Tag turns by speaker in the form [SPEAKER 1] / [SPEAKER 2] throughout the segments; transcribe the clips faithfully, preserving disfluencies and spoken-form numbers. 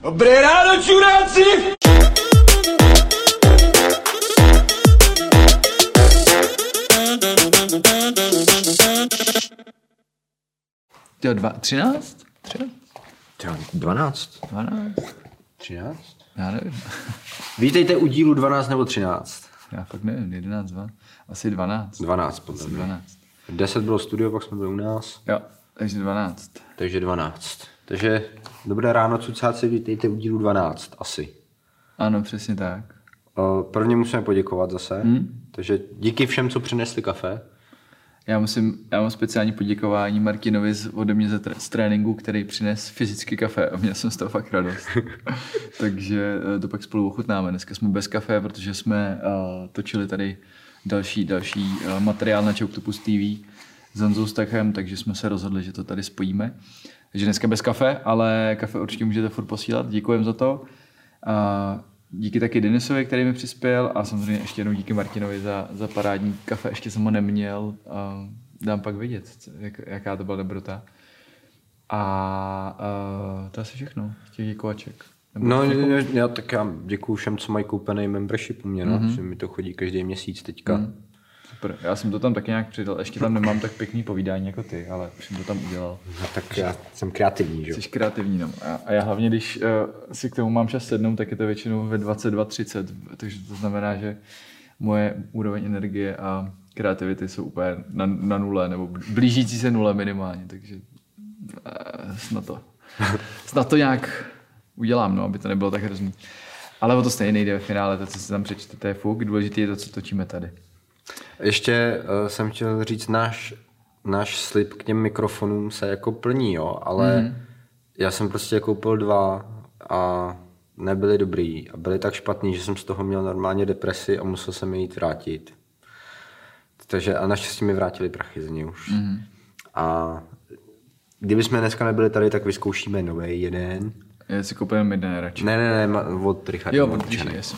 [SPEAKER 1] Dobré ráno, čuráci!
[SPEAKER 2] Jo, dva, třináct? Třináct?
[SPEAKER 3] dvanáct.
[SPEAKER 2] Dvanáct?
[SPEAKER 3] třináct?
[SPEAKER 2] Já nevím.
[SPEAKER 3] Vítejte u dílu dvanáct nebo třináct.
[SPEAKER 2] Já fakt nevím, jedenáct, dva. Asi dvanáct.
[SPEAKER 3] dvanáct, podle mě.
[SPEAKER 2] dvanáct.
[SPEAKER 3] deset bylo studio, pak jsme byli u nás.
[SPEAKER 2] Jo, takže dvanáct.
[SPEAKER 3] Takže dvanáct. Takže dobré ráno, cucáci, vítejte u dílu dvanáct, asi.
[SPEAKER 2] Ano, přesně tak.
[SPEAKER 3] Prvně musíme poděkovat zase. Hmm? Takže díky všem, co přinesli kafe.
[SPEAKER 2] Já musím, já mám speciální poděkování Martinovi z, ode mě z, z tréninku, který přines fyzicky kafe a měl jsem z toho fakt radost. Takže to pak spolu ochutnáme. Dneska jsme bez kafe, protože jsme uh, točili tady další, další uh, materiál na Choctopus T V s Honzou Stachem, takže jsme se rozhodli, že to tady spojíme. Takže dneska bez kafe, ale kafe určitě můžete furt posílat. Děkujem za to. Uh, díky taky Denisovi, který mi přispěl, a samozřejmě ještě jednou díky Martinovi za, za parádní kafe. Ještě jsem ho neměl. Uh, dám pak vidět, jak, jaká to byla dobrota. A uh, to asi všechno. Těch děkovaček.
[SPEAKER 3] No, já, já tak já děkuju všem, co mají koupený membership u mě, no, mm-hmm. že mi to chodí každý měsíc teďka. Mm.
[SPEAKER 2] Super, já jsem to tam taky nějak přidal, ještě tam nemám tak pěkný povídání jako ty, ale už jsem to tam udělal.
[SPEAKER 3] No, tak já jsem kreativní, že?
[SPEAKER 2] Jsi kreativní, no. A, a já hlavně, když uh, si k tomu mám čas sednout, tak je to většinou ve dvacet dva třicet, takže to znamená, že moje úroveň energie a kreativity jsou úplně na, na nule, nebo blížící se nule minimálně, takže uh, snad to, snad to nějak udělám, no, aby to nebylo tak hrozný. Ale o to stejně nejde ve finále, to, co si tam přečte, to je fuk, důležité je to, co točíme tady.
[SPEAKER 3] Ještě uh, jsem chtěl říct, náš, náš slib k těm mikrofonům se jako plní, jo, ale mm. já jsem prostě koupil dva a nebyli dobrý a byli tak špatný, že jsem z toho měl normálně depresi a musel jsem je jít vrátit. Takže a naštěstí mi vrátili prachy z ní už. Mm. A kdybychom dneska nebyli tady, tak vyzkoušíme nový jeden.
[SPEAKER 2] Já si koupím jeden radši.
[SPEAKER 3] Ne, ne, ne, od Richarda.
[SPEAKER 2] Jo, od Richarda, jasně.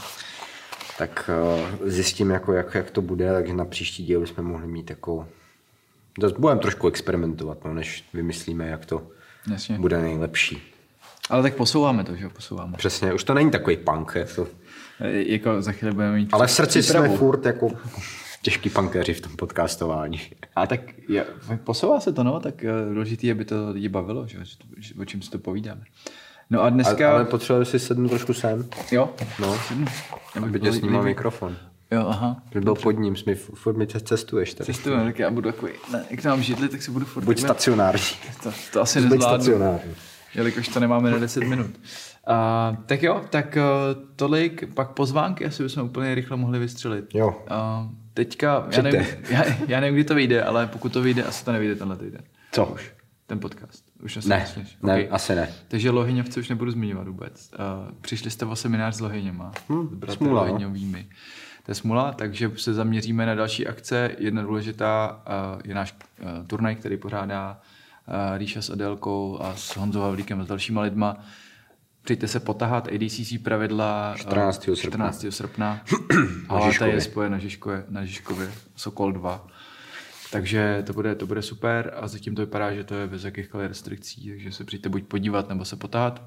[SPEAKER 3] Tak uh, zjistím, jako, jak, jak to bude, takže na příští díl bychom mohli mít jako... Budeme trošku experimentovat, no, než vymyslíme, jak to Jasně. bude nejlepší.
[SPEAKER 2] Ale tak posouváme to, že posouváme.
[SPEAKER 3] Přesně, už to není takový punk, je to...
[SPEAKER 2] E, jako za chvíli budeme mít...
[SPEAKER 3] Ale v srdci jsme furt jako těžký punkéři v tom podcastování.
[SPEAKER 2] A tak je, posouvá se to, no, tak důležitý, aby to lidi bavilo, že, o čem si to povídáme. No a dneska...
[SPEAKER 3] Ale potřebovali si sednout trošku sem.
[SPEAKER 2] Jo?
[SPEAKER 3] No, aby tě snímal mikrofon.
[SPEAKER 2] Jo, aha.
[SPEAKER 3] Že byl pod ním, jsi mi, furt mi cestuješ tady.
[SPEAKER 2] Cestujeme, tak já budu takový, ne, jak nám židli, tak si budu furt...
[SPEAKER 3] Buď stacionární.
[SPEAKER 2] To, to asi nezvládnu. Buď stacionární. Jelikož to nemáme na deset minut. Uh, tak jo, tak uh, tolik, pak pozvánky asi bychom úplně rychle mohli vystřelit.
[SPEAKER 3] Jo.
[SPEAKER 2] Uh, teďka, já nevím, já, já nevím, kdy to vyjde, ale pokud to vyjde, asi to nevyjde tenhle týden.
[SPEAKER 3] Co už?
[SPEAKER 2] Ten podcast. Už asi
[SPEAKER 3] ne,
[SPEAKER 2] myslíš?
[SPEAKER 3] ne,
[SPEAKER 2] okay.
[SPEAKER 3] asi ne.
[SPEAKER 2] Takže Lohyňovce už nebudu zmiňovat vůbec. Uh, přišli jste o seminář s Lohyněma.
[SPEAKER 3] Hmm, smůla.
[SPEAKER 2] Lohyňovými. To je smůla, takže se zaměříme na další akce. Jedna důležitá uh, je náš uh, turnaj, který pořádá uh, Ríša s Adélkou a s Honzou Havlíkem a s dalšíma lidma. Přijďte se potahat, A D C C pravidla
[SPEAKER 3] čtrnáctého
[SPEAKER 2] srpna. A ta je spoje na, Žižkově, na Žižkově, Sokol dva. Takže to bude, to bude super a zatím to vypadá, že to je bez jakýchkoliv restrikcí, takže se přijďte buď podívat nebo se potahat.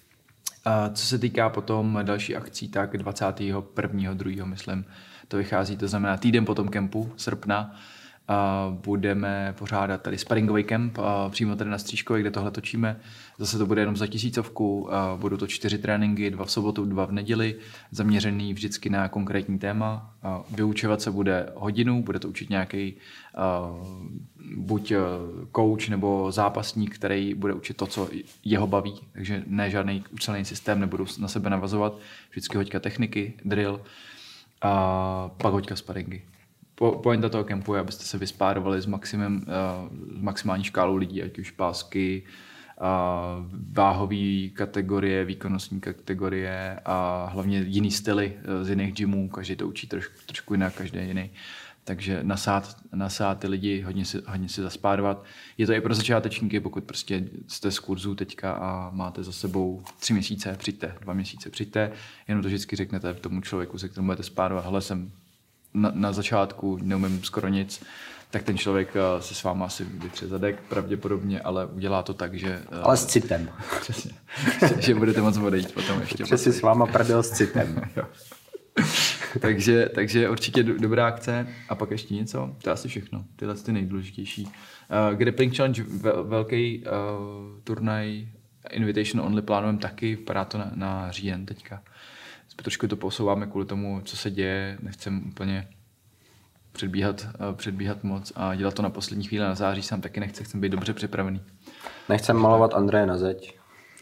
[SPEAKER 2] A co se týká potom další akcí, tak dvacátého prvního druhého myslím, to vychází, to znamená týden po tom kempu srpna. A budeme pořádat tady sparingový kemp a přímo tady na Stříškově, kde tohle točíme. Zase to bude jenom za tisícovku, a budou to čtyři tréninky, dva v sobotu, dva v neděli, zaměřený vždycky na konkrétní téma. A vyučovat se bude hodinu, bude to učit nějaký uh, buď coach nebo zápasník, který bude učit to, co jeho baví, takže ne žádný ucelený systém, nebudu na sebe navazovat, vždycky hoďka techniky, drill a pak hoďka sparingy. Pointa toho kempu je, abyste se vyspárovali s, maximum, uh, s maximální škálou lidí, ať už pásky, uh, váhové kategorie, výkonnostní kategorie a hlavně jiný styly uh, z jiných gymů. Každý to učí troš, trošku jinak, každý jiný. Takže nasát, nasát ty lidi, hodně si, hodně si zaspárovat. Je to i pro začátečníky, pokud prostě jste z kurzu teďka a máte za sebou tři měsíce, přijďte, dva měsíce, přijďte. Jenom to vždycky řeknete tomu člověku, se kterým budete spárovat, hele, jsem na, na začátku neumím skoro nic, tak ten člověk se s váma asi vytře zadek pravděpodobně, ale udělá to tak, že...
[SPEAKER 3] Ale s citem.
[SPEAKER 2] Přesně. že budete moc odejít potom ještě.
[SPEAKER 3] Přesně s váma prdel s citem.
[SPEAKER 2] takže, takže určitě do, dobrá akce. A pak ještě něco? To je asi všechno. Tyhle ty nejdůležitější. Uh, Grappling Challenge, vel, velký uh, turnaj Invitation Only plánujeme taky. Vypadá to na, na říjen teďka. Trošku to posouváme kvůli tomu, co se děje. Nechcem úplně předbíhat, uh, předbíhat moc a dělat to na poslední chvíli na září. Sám taky nechce, chcem být dobře připravený.
[SPEAKER 3] Nechcem malovat Andreje na zeď.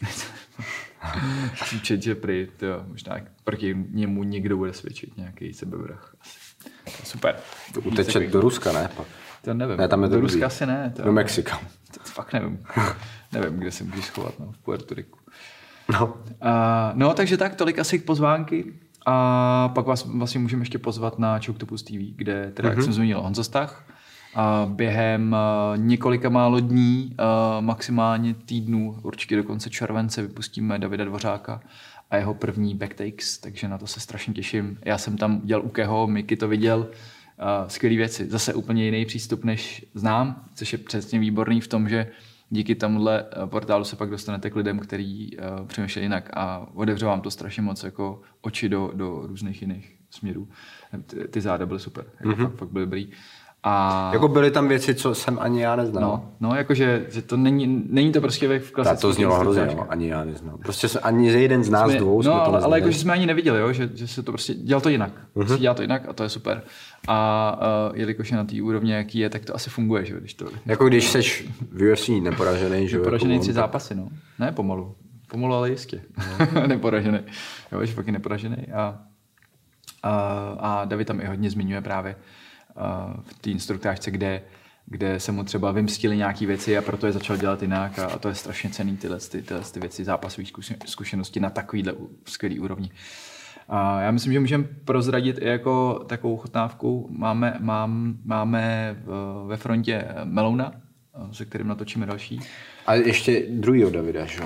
[SPEAKER 2] Čet, že prý, to možná proti němu někdo bude svědčit, nějaký sebevrah. Super.
[SPEAKER 3] Uteče do Ruska, ne? Pak.
[SPEAKER 2] To nevím.
[SPEAKER 3] Ne, tam je to
[SPEAKER 2] do Ruska asi ne. To
[SPEAKER 3] do Mexika.
[SPEAKER 2] To, to fakt nevím. nevím, kde se můžeš schovat, no, v Puerto Riku.
[SPEAKER 3] No.
[SPEAKER 2] Uh, no, takže tak, tolik asi k pozvánky. A pak vás vlastně můžeme ještě pozvat na Choctopus T V, kde teda, mm-hmm. jak jsem zmínil, Honza Stach. A během uh, několika málo dní, uh, maximálně týdnů, určitě do konce července, vypustíme Davida Dvořáka a jeho první backtakes, takže na to se strašně těším. Já jsem tam dělal u Keho, Miky to viděl, uh, skvělý věci. Zase úplně jiný přístup, než znám, což je přesně výborný v tom, že díky tomuhle portálu se pak dostanete k lidem, kteří uh, přemýšlejí jinak a otevře vám to strašně moc jako oči do, do různých jiných směrů. Ty, ty záda byly super, jako mm-hmm. fakt, fakt byly dobrý. A...
[SPEAKER 3] Jako byly tam věci, co jsem ani já neznal.
[SPEAKER 2] No, no jakože že to není, není to prostě v klasickém.
[SPEAKER 3] To znělo hrozně, no, ani já neznal. Prostě se, ani jeden z nás jsme, dvou jsme
[SPEAKER 2] no,
[SPEAKER 3] to
[SPEAKER 2] ale,
[SPEAKER 3] neznali.
[SPEAKER 2] ale jakože jsme ani neviděli, jo, že, že se to prostě dělal to jinak. Uh-huh. Prostě dělal to jinak a to je super. A uh, jelikož je na té úrovni, jaký je, tak to asi funguje, že když to...
[SPEAKER 3] Jako když seš v U F C neporažený, že jo.
[SPEAKER 2] Neporažený
[SPEAKER 3] jako
[SPEAKER 2] tři zápasy, no. Ne pomalu. Pomalu, ale jistě. No. neporažený. Jo, že fakt je neporažený. A, a, a David tam i hodně zmiňuje právě v té instruktážce, kde, kde se mu třeba vymstily nějaké věci a proto je začal dělat jinak a, a to je strašně cenný tyhle, ty, tyhle ty věci, zápasové zkušenosti na takovýhle skvělý úrovni. A já myslím, že můžeme prozradit i jako takovou chutnávku. Máme, mám, máme ve frontě Melouna, se kterým natočíme další.
[SPEAKER 3] A ještě druhýho Davida, že jo?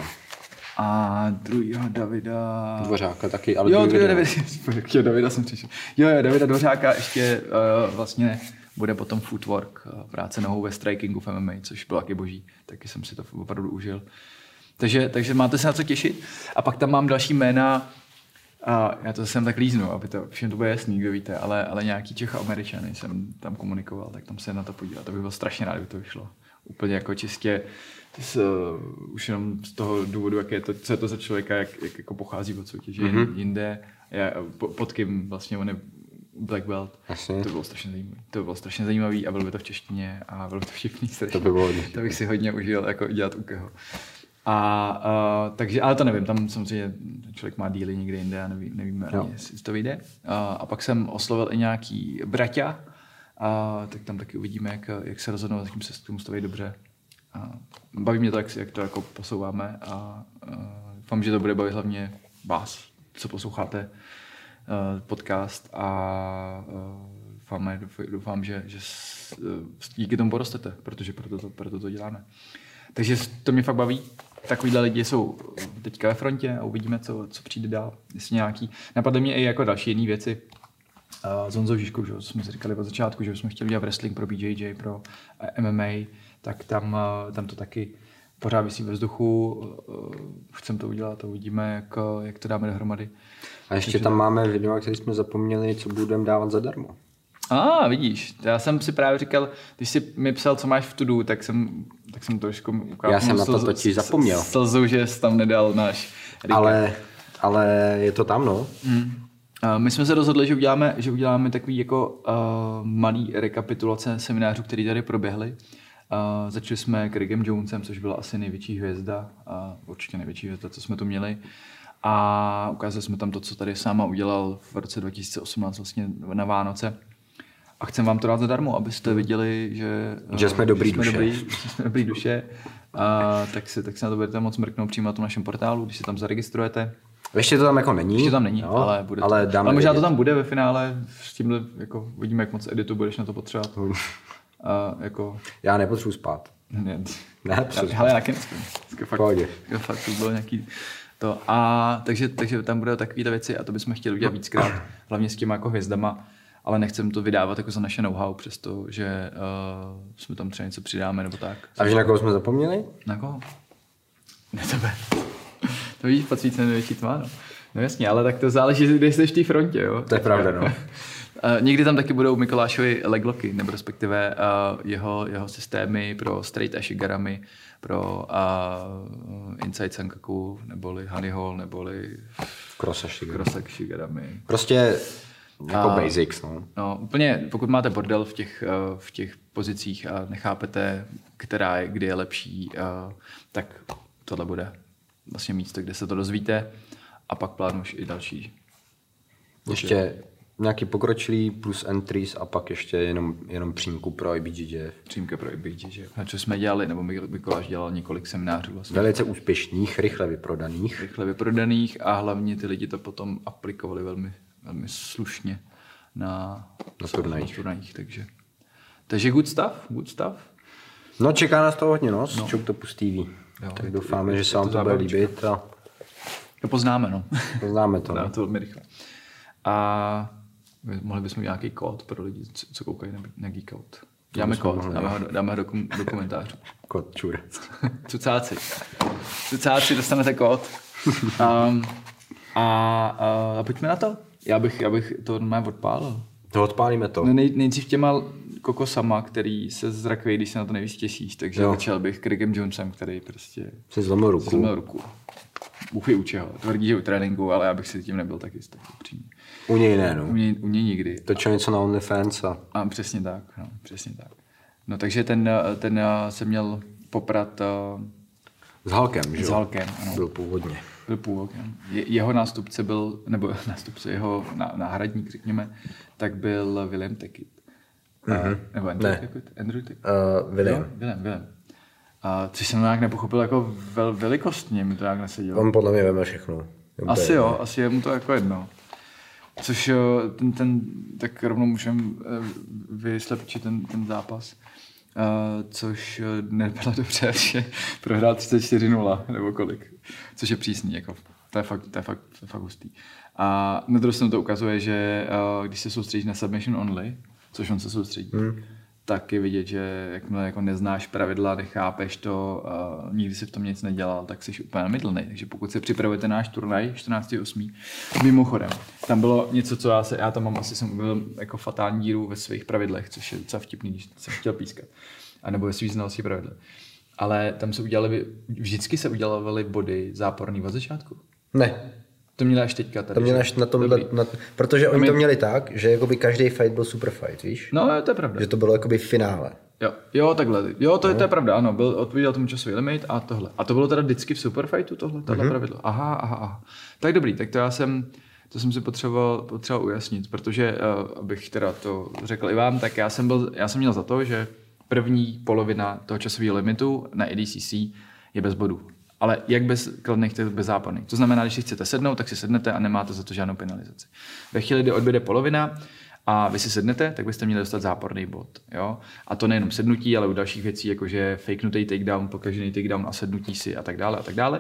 [SPEAKER 2] A druhýho Davida...
[SPEAKER 3] Dvořáka taky, ale
[SPEAKER 2] jo, druhýho Davida, jo, Davida jsem přišel. Jo, jo, Davida Dvořáka ještě uh, vlastně bude potom footwork, uh, práce nohou ve strikingu v M M A, což bylo taky boží, taky jsem si to opravdu užil. Takže, takže máte se na co těšit. A pak tam mám další jména, a já to jsem tak líznu, aby to všem to bude jasný, kdo víte, ale, ale nějaký Čech a Američany jsem tam komunikoval, tak tam se na to podívat. To bych byl strašně rád, kdyby to vyšlo. Úplně jako čistě z, uh, už jenom z toho důvodu, jak je to, co je to za člověka, jak, jak jako pochází od soutěže mm-hmm. jinde, já, po, pod kým vlastně on je black belt. Asi. To bylo strašně zajímavý. To bylo strašně zajímavý a bylo by to v češtině a bylo by to vtipný strašně.
[SPEAKER 3] To by bylo
[SPEAKER 2] to bych si hodně užil, jako dělat u Keho. A uh, takže, ale to nevím, tam samozřejmě člověk má díly někde jinde a neví, nevíme ani, jestli to vyjde. Uh, a pak jsem oslovil i nějaký braťa, a tak tam taky uvidíme, jak, jak se rozhodnou, s kým se s tím staví dobře. A baví mě to, jak, jak to jako posouváme a uh, doufám, že to bude bavit hlavně vás, co posloucháte uh, podcast a uh, doufám, doufám, že, že s, uh, díky tomu porostete, protože proto to, proto to děláme. Takže to mě fakt baví. Takovýhle lidi jsou teďka ve frontě a uvidíme, co, co přijde dál. Jestli nějaký. Napadly mě i jako další jiné věci. Uh, s Honzou Žižkou, že jsme si říkali od začátku, že jsme chtěli dělat wrestling pro B J J, pro M M A, tak tam, uh, tam to taky pořád visí ve vzduchu. Uh, chcem to udělat a uvidíme, jak, jak to dáme dohromady.
[SPEAKER 3] A ještě Takže tam máme video, který jsme zapomněli, co budeme dávat zadarmo.
[SPEAKER 2] A ah, vidíš, já jsem si právě říkal, když jsi mi psal, co máš v tudu, tak jsem, tak jsem to trošku ukázal.
[SPEAKER 3] Já jsem na to totiž zapomněl.
[SPEAKER 2] Slzu, že jsi tam nedal náš recap.
[SPEAKER 3] Ale, ale je to tam, no.
[SPEAKER 2] Mm. My jsme se rozhodli, že uděláme, že uděláme takový jako uh, malý rekapitulace seminářů, které tady proběhly. Uh, začali jsme Craigem Jonesem, což byla asi největší hvězda, uh, určitě největší hvězda, co jsme tu měli. A ukázali jsme tam to, co tady sáma udělal v roce dva tisíce osmnáct vlastně na Vánoce. A chcem vám to dát zadarmo, abyste viděli, že,
[SPEAKER 3] že jsme dobrý
[SPEAKER 2] že jsme
[SPEAKER 3] duše.
[SPEAKER 2] Dobrý, že jsme dobrý duše. A tak, si, tak se na to budete moc mrknout přímo na tom našem portálu, když se tam zaregistrujete.
[SPEAKER 3] Ještě to tam jako není.
[SPEAKER 2] Ještě tam není,
[SPEAKER 3] jo,
[SPEAKER 2] ale bude to.
[SPEAKER 3] Ale,
[SPEAKER 2] ale možná to tam bude ve finále, s tímhle, jako uvidíme, jak moc editu budeš na to potřebovat. A, jako...
[SPEAKER 3] Já nepotřebuji spát.
[SPEAKER 2] Ne,
[SPEAKER 3] ne
[SPEAKER 2] já, hele, já taky nespím. Fakt, fakt to bylo nějaký... To. A takže, takže tam budou takovýhle věci a to bychom chtěli udělat víckrát, hlavně s těma jako hvězdama. ale nechcem to vydávat jako za naše know-how, přestože uh, jsme tam třeba něco přidáme nebo tak.
[SPEAKER 3] A víš, na koho jsme zapomněli?
[SPEAKER 2] Na koho? Ne tebe. To víš, patří se největší tma, no. No jasně, ale tak to záleží, kde jsi v té frontě, jo.
[SPEAKER 3] To je pravda, no.
[SPEAKER 2] Uh, někdy tam taky budou Mikulášovi legloky, nebo respektive uh, jeho, jeho systémy pro straight a shigarami, pro uh, inside sankaku, neboli honey hole, neboli
[SPEAKER 3] cross a shigarami.
[SPEAKER 2] Cross a shigarami.
[SPEAKER 3] Prostě jako
[SPEAKER 2] A,
[SPEAKER 3] basics, no.
[SPEAKER 2] No, úplně, pokud máte bordel v těch, uh, v těch pozicích a nechápete, která je, kdy je lepší, uh, tak tohle bude vlastně místo, kde se to dozvíte a pak plánuješ i další.
[SPEAKER 3] Ještě nějaký pokročilý plus entries a pak ještě jenom, jenom přímku pro I B G J F.
[SPEAKER 2] Přímka pro I B G J F. A co jsme dělali, nebo Mikuláš dělal několik seminářů vlastně.
[SPEAKER 3] Velice úspěšných, rychle vyprodaných.
[SPEAKER 2] Rychle vyprodaných a hlavně ty lidi to potom aplikovali velmi, velmi slušně na,
[SPEAKER 3] na turnajích.
[SPEAKER 2] turnajích. Takže, takže good stuff, good stuff.
[SPEAKER 3] No čeká nás to hodně, no, s Choctopus T V.
[SPEAKER 2] Jo,
[SPEAKER 3] tak
[SPEAKER 2] je,
[SPEAKER 3] doufáme,
[SPEAKER 2] je,
[SPEAKER 3] že se vám to bude líbit. A...
[SPEAKER 2] To poznáme, no.
[SPEAKER 3] Poznáme to.
[SPEAKER 2] No, to velmi rychle. A mohli bychom mít nějaký kód pro lidi, co koukají na, na Geek Out. Dáme kód, dáme ho, dáme ho do, do komentářů.
[SPEAKER 3] Kód čur.
[SPEAKER 2] Cucáci. Cucáci, dostanete kód. Um, a, a, a pojďme na to. Já bych, já bych to normálně odpálil.
[SPEAKER 3] To odpálíme to.
[SPEAKER 2] No nej, nejdřív těma kokosama, který se zrakví, když se na to nejvíc těšíš. Takže jo. Začal bych Craigem Jonesem, který prostě
[SPEAKER 3] si zlomil ruku.
[SPEAKER 2] Zlomil ruku. Bůh ví u čeho. Tvrdí, že u tréninku, ale já bych si tím nebyl tak jistý. Upřímně.
[SPEAKER 3] U něj ne, no.
[SPEAKER 2] U něj, u něj nikdy.
[SPEAKER 3] Točil něco na OnlyFans a...
[SPEAKER 2] a... přesně tak, no, přesně tak. No takže ten, ten se měl poprat... Uh,
[SPEAKER 3] s Hulkem, že
[SPEAKER 2] S Hulkem, ano.
[SPEAKER 3] Byl původně.
[SPEAKER 2] Byl původně. Je, jeho nástupce byl, nebo nástupce, jeho náhradník, řekněme, tak byl William Tackett. Mm-hmm. Uh, nebo Andrew Tackett? Andrew Tackett?
[SPEAKER 3] Uh, William.
[SPEAKER 2] Jo? William, William. A což jsem nějak nepochopil jako vel, velikostně, mi to nějak nesedělo.
[SPEAKER 3] On podle mě veme všechno.
[SPEAKER 2] Asi jo, asi je mu to jako jedno. Což ten, ten tak rovnou můžeme vyslepčit ten, ten zápas. Uh, což nebylo dobře, že prohrál třicet čtyři nula nebo kolik. Což je přísný, jako. To je fakt, to je fakt, to je fakt hustý. A na druhou stranu to ukazuje, že uh, když se soustředíš na submission only, což on se soustředí, hmm. tak je vidět, že jakmile jako neznáš pravidla, nechápeš to, uh, nikdy si v tom nic nedělal, tak jsi úplně namydlnej. Takže pokud se připravujete náš turnaj čtrnáctého osmého Mimochodem, tam bylo něco, co já se, já tam mám asi jsem uvěděl jako fatální díru ve svých pravidlech, což je docela vtipný, když jsem chtěl pískat. A nebo ve svých znalostí pravidla. Ale tam se udělali, vždycky se udělali body záporný od začátku.
[SPEAKER 3] Ne.
[SPEAKER 2] To měli až teďka tady.
[SPEAKER 3] To měli až na tomhle, na, protože oni to měli tak, že jakoby každý fight byl super fight, víš?
[SPEAKER 2] No, to je pravda.
[SPEAKER 3] Že to bylo jakoby finále.
[SPEAKER 2] Jo, jo, takhle. Jo, to, no. je, to je pravda, ano. Byl, odpověděl tomu časový limit a tohle. A to bylo teda vždycky v superfightu tohle, tohle mm-hmm. pravidlo. Aha, aha, aha. Tak dobrý, tak to já jsem, to jsem si potřeboval, potřeboval ujasnit, protože, uh, abych teda to řekl i vám, tak já jsem, byl, já jsem měl za to, že první polovina toho časového limitu na E D C C je bez bodů. Ale jak bez kladných, tak bez záporných. To znamená, když si chcete sednout, tak si sednete a nemáte za to žádnou penalizaci. Ve chvíli, kdy odbyde polovina a vy si sednete, tak byste měli dostat záporný bod. Jo? A to nejenom sednutí, ale u dalších věcí, jakože fakenutý takedown, pokažený takedown a sednutí si a tak dále a tak dále.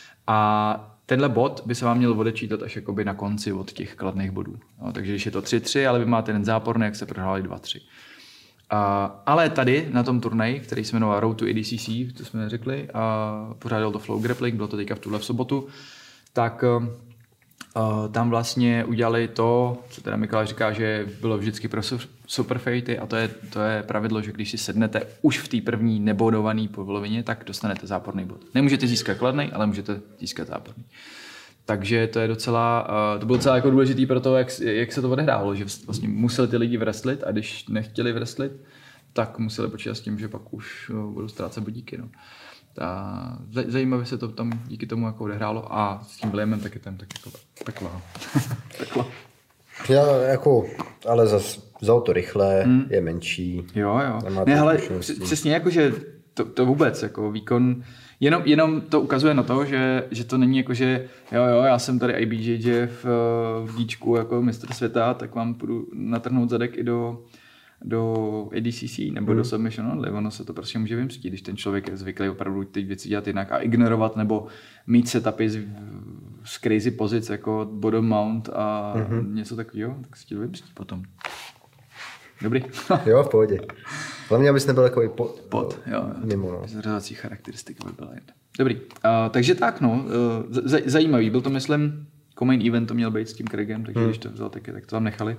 [SPEAKER 2] A tenhle bod by se vám měl odečítat až jakoby na konci od těch kladných bodů. Jo? Takže když je to tři tři, ale vy máte ten záporný, jak se prohráli dva tři. Uh, ale tady na tom turnaji, který se jmenoval Road to E D C C, to jsme řekli, a pořádal to Flow Grappling, bylo to teďka v tuhle v sobotu, tak uh, tam vlastně udělali to, co teda Mikuláš říká, že bylo vždycky pro superfighty a to je, to je pravidlo, že když si sednete už v té první nebodované polovině, tak dostanete záporný bod. Nemůžete získat kladnej, ale můžete získat záporný. Takže to je docela, uh, to bylo docela jako důležitý pro to, jak, jak se to odehrálo, že vlastně museli ty lidi wrestlit a když nechtěli wrestlit, tak museli počítat s tím, že pak už uh, budou ztrácet bodíky. No. Ta, zajímavě se to tam díky tomu jako odehrálo a s tím Williamem taky tam tak jako peklo. peklo.
[SPEAKER 3] Já jako, ale zase vzal to rychle, hmm. je menší.
[SPEAKER 2] Jo, jo. Ne, ale přesně jako, že to, to vůbec jako výkon, jenom, jenom to ukazuje na to, že, že to není jako, že jo, jo, já jsem tady I B J J v, v díčku jako mistr světa, tak vám půjdu natrhnout zadek i do, do A D C C nebo hmm. do submission only. Ono se to prostě může vymstit, když ten člověk je zvyklý opravdu ty věci dělat jinak a ignorovat nebo mít setupy z, z crazy pozic jako bottom mount a hmm. něco takového, tak se ti to vymstí potom. Dobrý.
[SPEAKER 3] Jo, v pohodě. Hlavně, abys nebyl takový pot.
[SPEAKER 2] Pot, jo.
[SPEAKER 3] Mimo, no.
[SPEAKER 2] Zřazovací charakteristika by byla jedna. Dobrý. Uh, takže tak, no. Uh, z- zajímavý. Byl to, myslím, co-main event to měl být s tím Craigem, takže hmm. když to vzal taky, tak to tam nechali.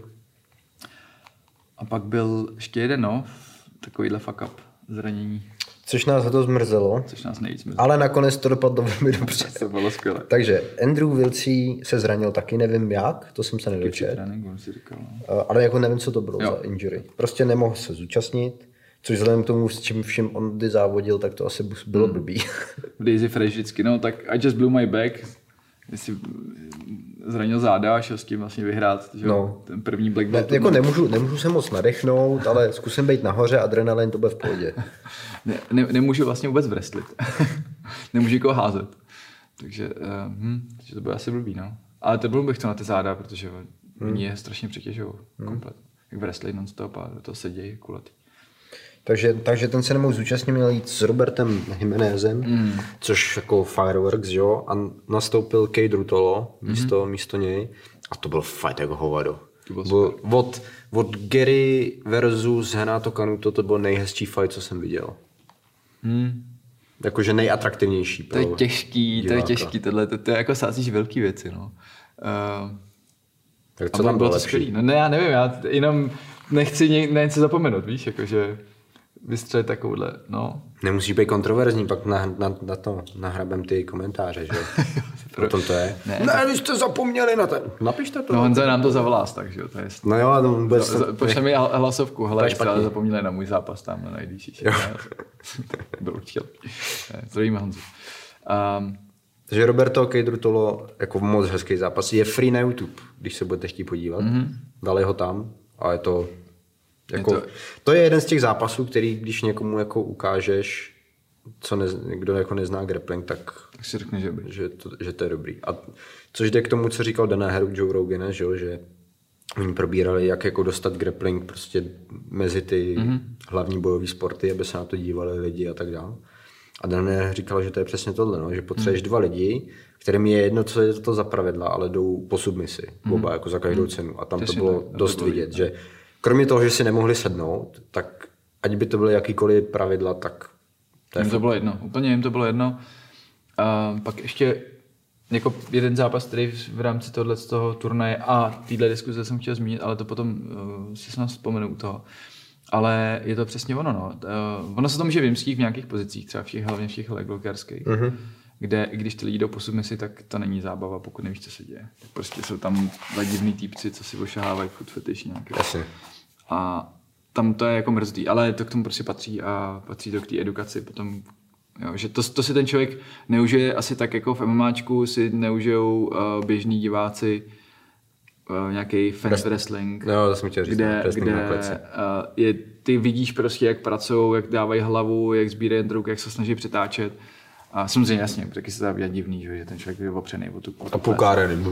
[SPEAKER 2] A pak byl ještě jeden, no. Takovýhle fuck up. Zranění.
[SPEAKER 3] Což nás to zmrzelo.
[SPEAKER 2] Což nás nejvíc zmrzelo.
[SPEAKER 3] Ale nakonec to dopadlo velmi dobře.
[SPEAKER 2] To bylo skvělé.
[SPEAKER 3] Takže Andrew Wilcie se zranil taky, nevím jak, to jsem se nedočetl. Ale jako nevím, co to bylo jo. za injury. Prostě nemohl se zúčastnit, což vzhledem k tomu, s čím vším on kdy závodil, tak to asi bylo hmm. blbý.
[SPEAKER 2] Daisy Fresh vždycky, no tak I just blew my back. Jestli zranil záda a šel s tím vlastně vyhrát, že no. ten první Black Belt.
[SPEAKER 3] Ne, jako nemůžu, nemůžu se moc nadechnout, ale zkusím být nahoře, adrenalin, to bude v pohodě.
[SPEAKER 2] ne, ne, nemůžu vlastně vůbec wrestlit. Nemůžu někoho házet. Takže, uh, hm, takže to bude asi blbý, no. Ale to byl bych to na ty záda, protože hmm. oni je strašně přetěžují hmm. komplet. Jak wrestling non-stop a do toho se dějí kulatý.
[SPEAKER 3] Takže, takže ten se nemohl zúčastnit, měl jít s Robertem Jiménezem, mm. což jako fireworks, jo, a nastoupil Kate Rutolo místo, mm. místo něj a to byl fight jako hovado. Byl od, od Gary versus Renato Canuto to byl nejhezčí fight, co jsem viděl. Mm. Jakože nejatraktivnější.
[SPEAKER 2] To je těžký, diváka. to je těžký, tohle, to, to je jako sázíš velký věci, no. Uh,
[SPEAKER 3] tak co tam bylo to skvělý?
[SPEAKER 2] No ne, já nevím, já jenom nechci ně, něco zapomenout, víš, jakože vystřelit takovouhle, no.
[SPEAKER 3] Nemusíš být kontroverzní, pak na, na, na to nahrabem ty komentáře, že jo? O tom to je. Ne, ne tak... vy jste zapomněli na to. Napište to.
[SPEAKER 2] No Honza nám to zavolá, takže jo, to je...
[SPEAKER 3] No jo, no vůbec...
[SPEAKER 2] Za, za, pošle mi hlasovku, hele, jste ale zapomněli na můj zápas tam na I D C. Byl určitě. Zdravíme Honzu. Um,
[SPEAKER 3] takže Roberto Kejdrutolo, jako moc hezký zápas, je free na YouTube, když se budete chtít podívat. Mm-hmm. Dali ho tam a je to... Jako, je to... to je jeden z těch zápasů, který když někomu jako ukážeš, co ne, kdo jako nezná grappling, tak,
[SPEAKER 2] tak si řekne, že,
[SPEAKER 3] že, to, že to je dobrý. A což jde k tomu, co říkal Dana Heru Joe Rogan, že, že oni probírali, jak jako dostat grappling prostě mezi ty mm-hmm. hlavní bojové sporty, aby se na to dívali lidi a tak dále. A Dan říkal, že to je přesně tohle, no, že potřebuješ mm. dva lidi, kterým je jedno, co je to za pravidla, ale jdou po submisi, mm. oba jako za každou cenu. A tam přesně to bylo tak, dost to bylo vidět, že kromě toho, že si nemohli sednout, tak ať by to byly jakýkoliv pravidla, tak
[SPEAKER 2] to jim to bylo jedno. Úplně jim to bylo jedno. A pak ještě jako jeden zápas, který v rámci tohle z toho turnaje a téhle diskuze jsem chtěl zmínit, ale to potom uh, si snad vzpomenu u toho. Ale je to přesně ono, no. Uh, ono se to může vymstít v nějakých pozicích, třeba v těch, hlavně v těch leglokarských, mm-hmm. kde i když ty lidi jdou po submisi, tak to není zábava, pokud nevíš, co se děje. Tak prostě jsou tam dva divný týpci, co si ošahávají foot fetish nějaký.
[SPEAKER 3] Jasně.
[SPEAKER 2] A tam to je jako mrzný, ale to k tomu prostě patří a patří to k té edukaci potom, jo, že to, to si ten člověk neužije asi tak jako v MMAčku si neužijou uh, běžní diváci uh, nějaký fans wrestling,
[SPEAKER 3] no, to jsem chtěl říct,
[SPEAKER 2] kde, kde uh, je, ty vidíš prostě, jak pracují, jak dávají hlavu, jak sbírají druk, jak se snaží přetáčet. A samozřejmě jasně, taky se dá vidět divný, že ten člověk je opřený o tu, o tu
[SPEAKER 3] a pokárený.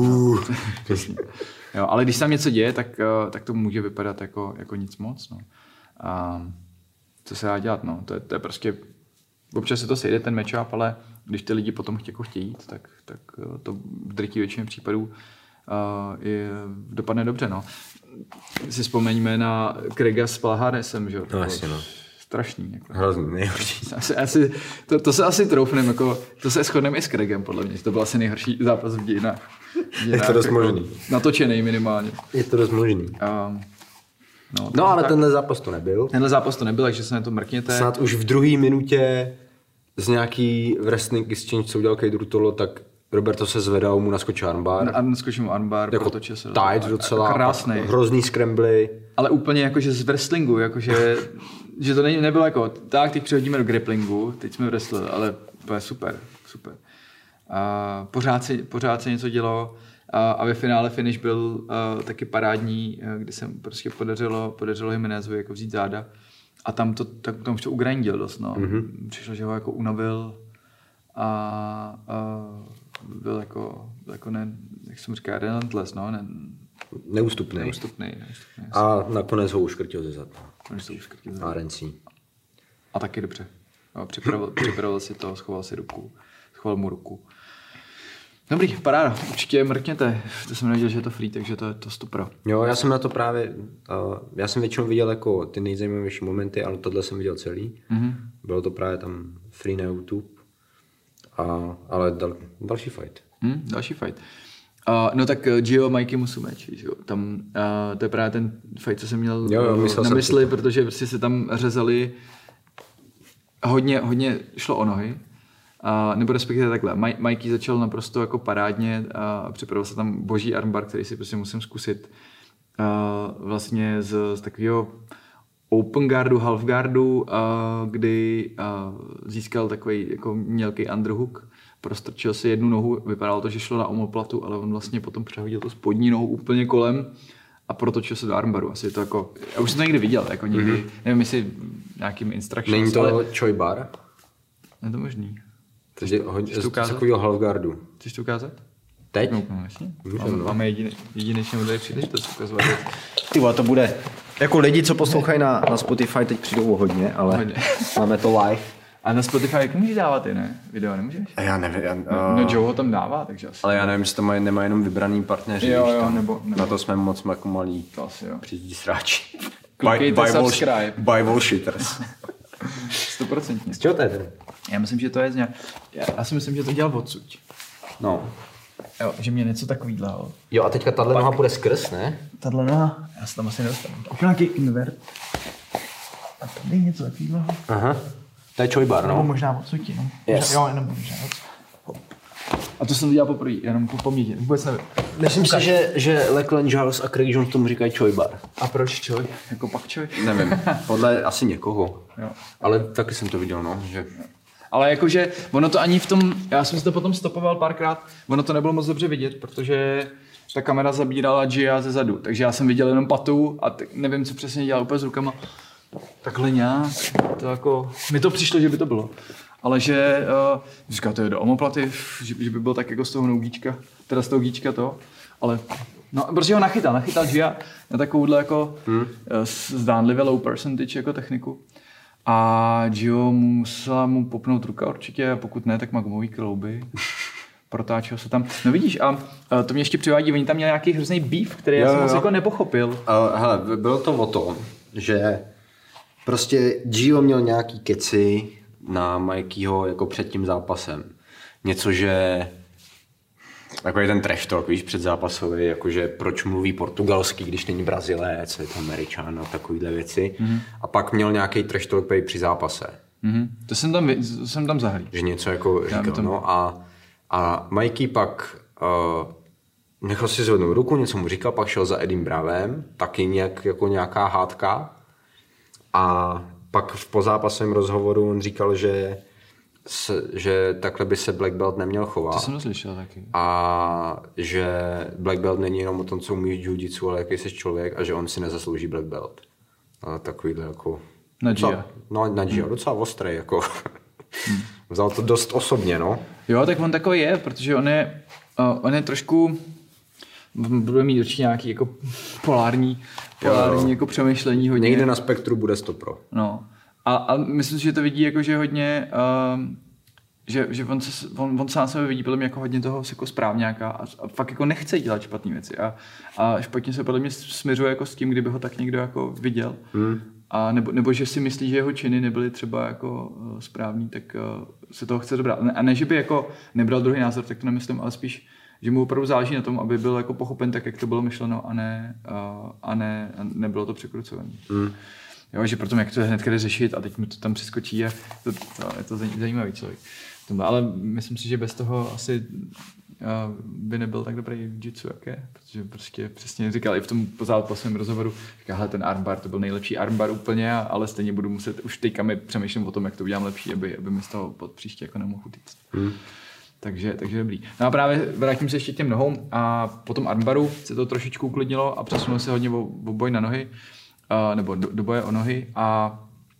[SPEAKER 2] Jo, ale když se tam něco děje, tak, tak to může vypadat jako, jako nic moc. No. A co se dá dělat? No? To, je, to je prostě, občas se to sejde ten matchup, ale když ty lidi potom jako chtějí jít, tak, tak to v drtí většině případů uh, je, dopadne dobře. No. Si vzpomeňme na Craiga s Palharesem, že jo?
[SPEAKER 3] No, jasně, no.
[SPEAKER 2] Strašný. Jako.
[SPEAKER 3] Hrozný, nejhorší.
[SPEAKER 2] Asi, asi, to, to se asi troufnem, jako, to se shodneme i s Craigem, podle mě. To byl asi nejhorší zápas v dějinách.
[SPEAKER 3] Je to dost jako možný.
[SPEAKER 2] Natočený minimálně.
[SPEAKER 3] Je to dost možný.
[SPEAKER 2] Um,
[SPEAKER 3] no, no ale tak, tenhle zápas to nebyl.
[SPEAKER 2] Tenhle zápas to nebyl, takže se na to mrkněte.
[SPEAKER 3] Snad už v druhé minutě z nějaký wrestling exchange, co udělal Kate Rutolo, tak Roberto se zvedal, mu naskočil armbar.
[SPEAKER 2] A naskočil mu armbar,
[SPEAKER 3] jako
[SPEAKER 2] protočil se.
[SPEAKER 3] Tight docela,
[SPEAKER 2] krásnej.
[SPEAKER 3] Hrozný scrambly.
[SPEAKER 2] Ale úplně jakože z wrestlingu, jakože že to ne, nebylo jako, tak teď přehodíme do grapplingu, teď jsme wrestlili, ale to je super, super. A pořád se, pořád se něco dělo a, a ve finále finish byl uh, taky parádní, kdy se prostě podařilo, podařilo Jiménezovi jako vzít záda a tam to, tak, tam už to ugrindil dost, no. Mm-hmm. Přišlo, že ho jako unavil a, a byl jako, byl jako ne, jak jsem říkal, relentless, no, ne,
[SPEAKER 3] Neústupný.
[SPEAKER 2] Neústupný, neústupný.
[SPEAKER 3] A nakonec ho uškrtil ze zad.
[SPEAKER 2] Nakonec ho uškrtil ze zad.
[SPEAKER 3] A R N C.
[SPEAKER 2] A taky dobře. Připravil, připravil si to, schoval si ruku. Schoval mu ruku. Dobrý, paráda, určitě mrkněte, to jsem nevěděl, že je to free, takže to je to stopro.
[SPEAKER 3] Jo, já jsem na to právě, uh, já jsem většinou viděl jako ty nejzajímavější momenty, ale tohle jsem viděl celý. Mm-hmm. Bylo to právě tam free na YouTube, a, ale dal, další fight.
[SPEAKER 2] Hmm, další fight. Uh, no tak uh, Gio Mikey Musumeci, že jo, tam, uh, to je právě ten fight, co jsem měl
[SPEAKER 3] jo, jo,
[SPEAKER 2] na mysli, protože prostě se tam řezali, hodně, hodně šlo o nohy. Uh, nebo respektive takhle, Maj, Mikey začal naprosto jako parádně a připravil se tam boží armbar, který si prostě musím zkusit uh, vlastně z, z takového open guardu, half guardu, uh, kdy uh, získal takový jako mělký underhook, prostrčil si jednu nohu, vypadalo to, že šlo na omoplatu, ale on vlastně potom přehodil tu spodní nohu úplně kolem a protočil se do armbaru. Asi je to jako, já už jsem to někdy viděl, jako někdy, mm-hmm. nevím jestli nějakým instructions.
[SPEAKER 3] Není to
[SPEAKER 2] ale...
[SPEAKER 3] choi bar?
[SPEAKER 2] Je to možný.
[SPEAKER 3] Takže hodně z takového half guardu.
[SPEAKER 2] Chceš to ukázat?
[SPEAKER 3] Teď?
[SPEAKER 2] No, no jasně.
[SPEAKER 3] Můžem,
[SPEAKER 2] máme,
[SPEAKER 3] no.
[SPEAKER 2] máme jedine, jedinečnou tady příležitost ukazovat.
[SPEAKER 3] Ty to bude. Jako lidi, co poslouchají na, na Spotify, teď přijdou hodně, ale hodně. Máme to live.
[SPEAKER 2] A na Spotify jak můžeš dávat ty, ne? Video nemůžeš?
[SPEAKER 3] A já nevím. Já, uh...
[SPEAKER 2] no, no Joe ho tam dává, takže asi.
[SPEAKER 3] Ale já nevím, jestli to mají, nemá jenom vybraný partneři.
[SPEAKER 2] Jo, jo,
[SPEAKER 3] tam.
[SPEAKER 2] nebo, nebo.
[SPEAKER 3] Na to jsme moc jako malí.
[SPEAKER 2] To asi jo.
[SPEAKER 3] Přizdí sráči.
[SPEAKER 2] Klikejte
[SPEAKER 3] Bible,
[SPEAKER 2] subscribe.
[SPEAKER 3] Bible shitters.
[SPEAKER 2] Stoprocentně.
[SPEAKER 3] Z čeho to je tedy?
[SPEAKER 2] Já myslím, že to je z nějak... Já, já si myslím, že to dělal odsud.
[SPEAKER 3] No.
[SPEAKER 2] Jo, že mě něco takovýhle.
[SPEAKER 3] Jo, a teďka tahle noha půjde skrz, ne?
[SPEAKER 2] Tahle noha, já se tam asi nedostanu. Tak nějaký invert. A tady něco takovýhle.
[SPEAKER 3] Aha. To je choi bar, no?
[SPEAKER 2] Nebo možná odsud, no.
[SPEAKER 3] Yes.
[SPEAKER 2] Jo, jenom možná odsud. A to jsem to dělal poprvé, jenom po paměti, vůbec nevím.
[SPEAKER 3] Myslím si, že, že Lachlan Giles a Craig Jones tomu říkají choi bar.
[SPEAKER 2] A proč choi? Jako pak choi?
[SPEAKER 3] Nevím, podle asi někoho.
[SPEAKER 2] Jo.
[SPEAKER 3] Ale taky jsem to viděl, no, že...
[SPEAKER 2] Ale jakože ono to ani v tom, já jsem si to potom stopoval párkrát, ono to nebylo moc dobře vidět, protože ta kamera zabírala Gia ze zadu, takže já jsem viděl jenom patu a t- nevím, co přesně dělal úplně s rukama. Takhle nějak, to jako, mi to přišlo, že by to bylo. Ale že, uh, říká, to je do omoplaty, že, že by byl tak jako z toho nougíčka, teda z toho gíčka to, ale no, protože ho nachytal, nachytal Gia na takovouhle jako hmm. uh, zdánlivě low percentage jako techniku. A Gio musela mu popnout ruka určitě, a pokud ne, tak má gumový klouby. Protáčel se tam. No vidíš, a, a to mě ještě přivádí, oni tam měli nějaký hrozný beef, který jo, já jsem moc jako nepochopil. Uh,
[SPEAKER 3] hele, bylo to o tom, že prostě Gio měl nějaký keci na Mikeyho jako před tím zápasem. Něco, že takový ten trash talk, víš, předzápasový, jakože proč mluví portugalsky, když není Brazilec, je to Američan a takovýhle věci. Mm-hmm. A pak měl nějaký trash talk při zápase.
[SPEAKER 2] Mm-hmm. To jsem tam, to jsem tam zahlíd.
[SPEAKER 3] Že něco jako říkal, tom... no a, a Mikey pak uh, nechal si zvednout ruku, něco mu říkal, pak šel za Edim Bravem, taky nějak, jako nějaká hádka. A pak v pozápasovém rozhovoru on říkal, že S, že takhle by se Black Belt neměl chovat.
[SPEAKER 2] To jsem neslyšel taky.
[SPEAKER 3] A že Black Belt není jenom o tom, co umíš jiu-jitsu, ale jaký jsi člověk a že on si nezaslouží Black Belt. A takovýhle jako...
[SPEAKER 2] Na Gia.
[SPEAKER 3] No, na Gia, hmm. docela ostrý, jako. Hmm. Vzal to dost osobně, no.
[SPEAKER 2] Jo, tak on takový je, protože on je, uh, on je trošku... Bude mít určitě nějaký jako polární, polární jo. jako přemýšlení hodně.
[SPEAKER 3] Někde na spektru bude stopro.
[SPEAKER 2] No. A, a myslím si, že to vidí jako, že hodně, uh, že, že on, se, on, on sám sebe vidí podle mě jako hodně toho jako správňáka a, a fakt jako nechce dělat špatné věci a, a špatně se podle mě směřuje jako s tím, kdyby ho tak někdo jako viděl. Hmm. A nebo, nebo že si myslí, že jeho činy nebyly třeba jako uh, správný, tak uh, se toho chce dobrat. A ne, že by jako nebral druhý názor, tak to nemyslím, ale spíš, že mu opravdu záleží na tom, aby byl jako pochopen tak, jak to bylo myšleno a ne, uh, a ne a nebylo to překrucované. Hmm. Jo, že proto jak to hned jde řešit a teď mu to tam přeskočí a to, to, je to zajímavý člověk. Ale myslím si, že bez toho asi uh, by nebyl tak dobrý v jiu-jitsu, jak je. Protože prostě přesně říkal i v tom zápasovém rozhovoru, říká, hele, ten armbar, to byl nejlepší armbar úplně, ale stejně budu muset, už teďka mi přemýšlím o tom, jak to udělám lepší, aby, aby mi z toho pod příště jako nemohl utíct. Hmm. Takže, takže dobrý. No a právě vrátím se ještě k těm nohou a po tom armbaru se to trošičku uklidnilo a přesunulo se hodně o, o boj na nohy. Uh, nebo do, do boje o nohy a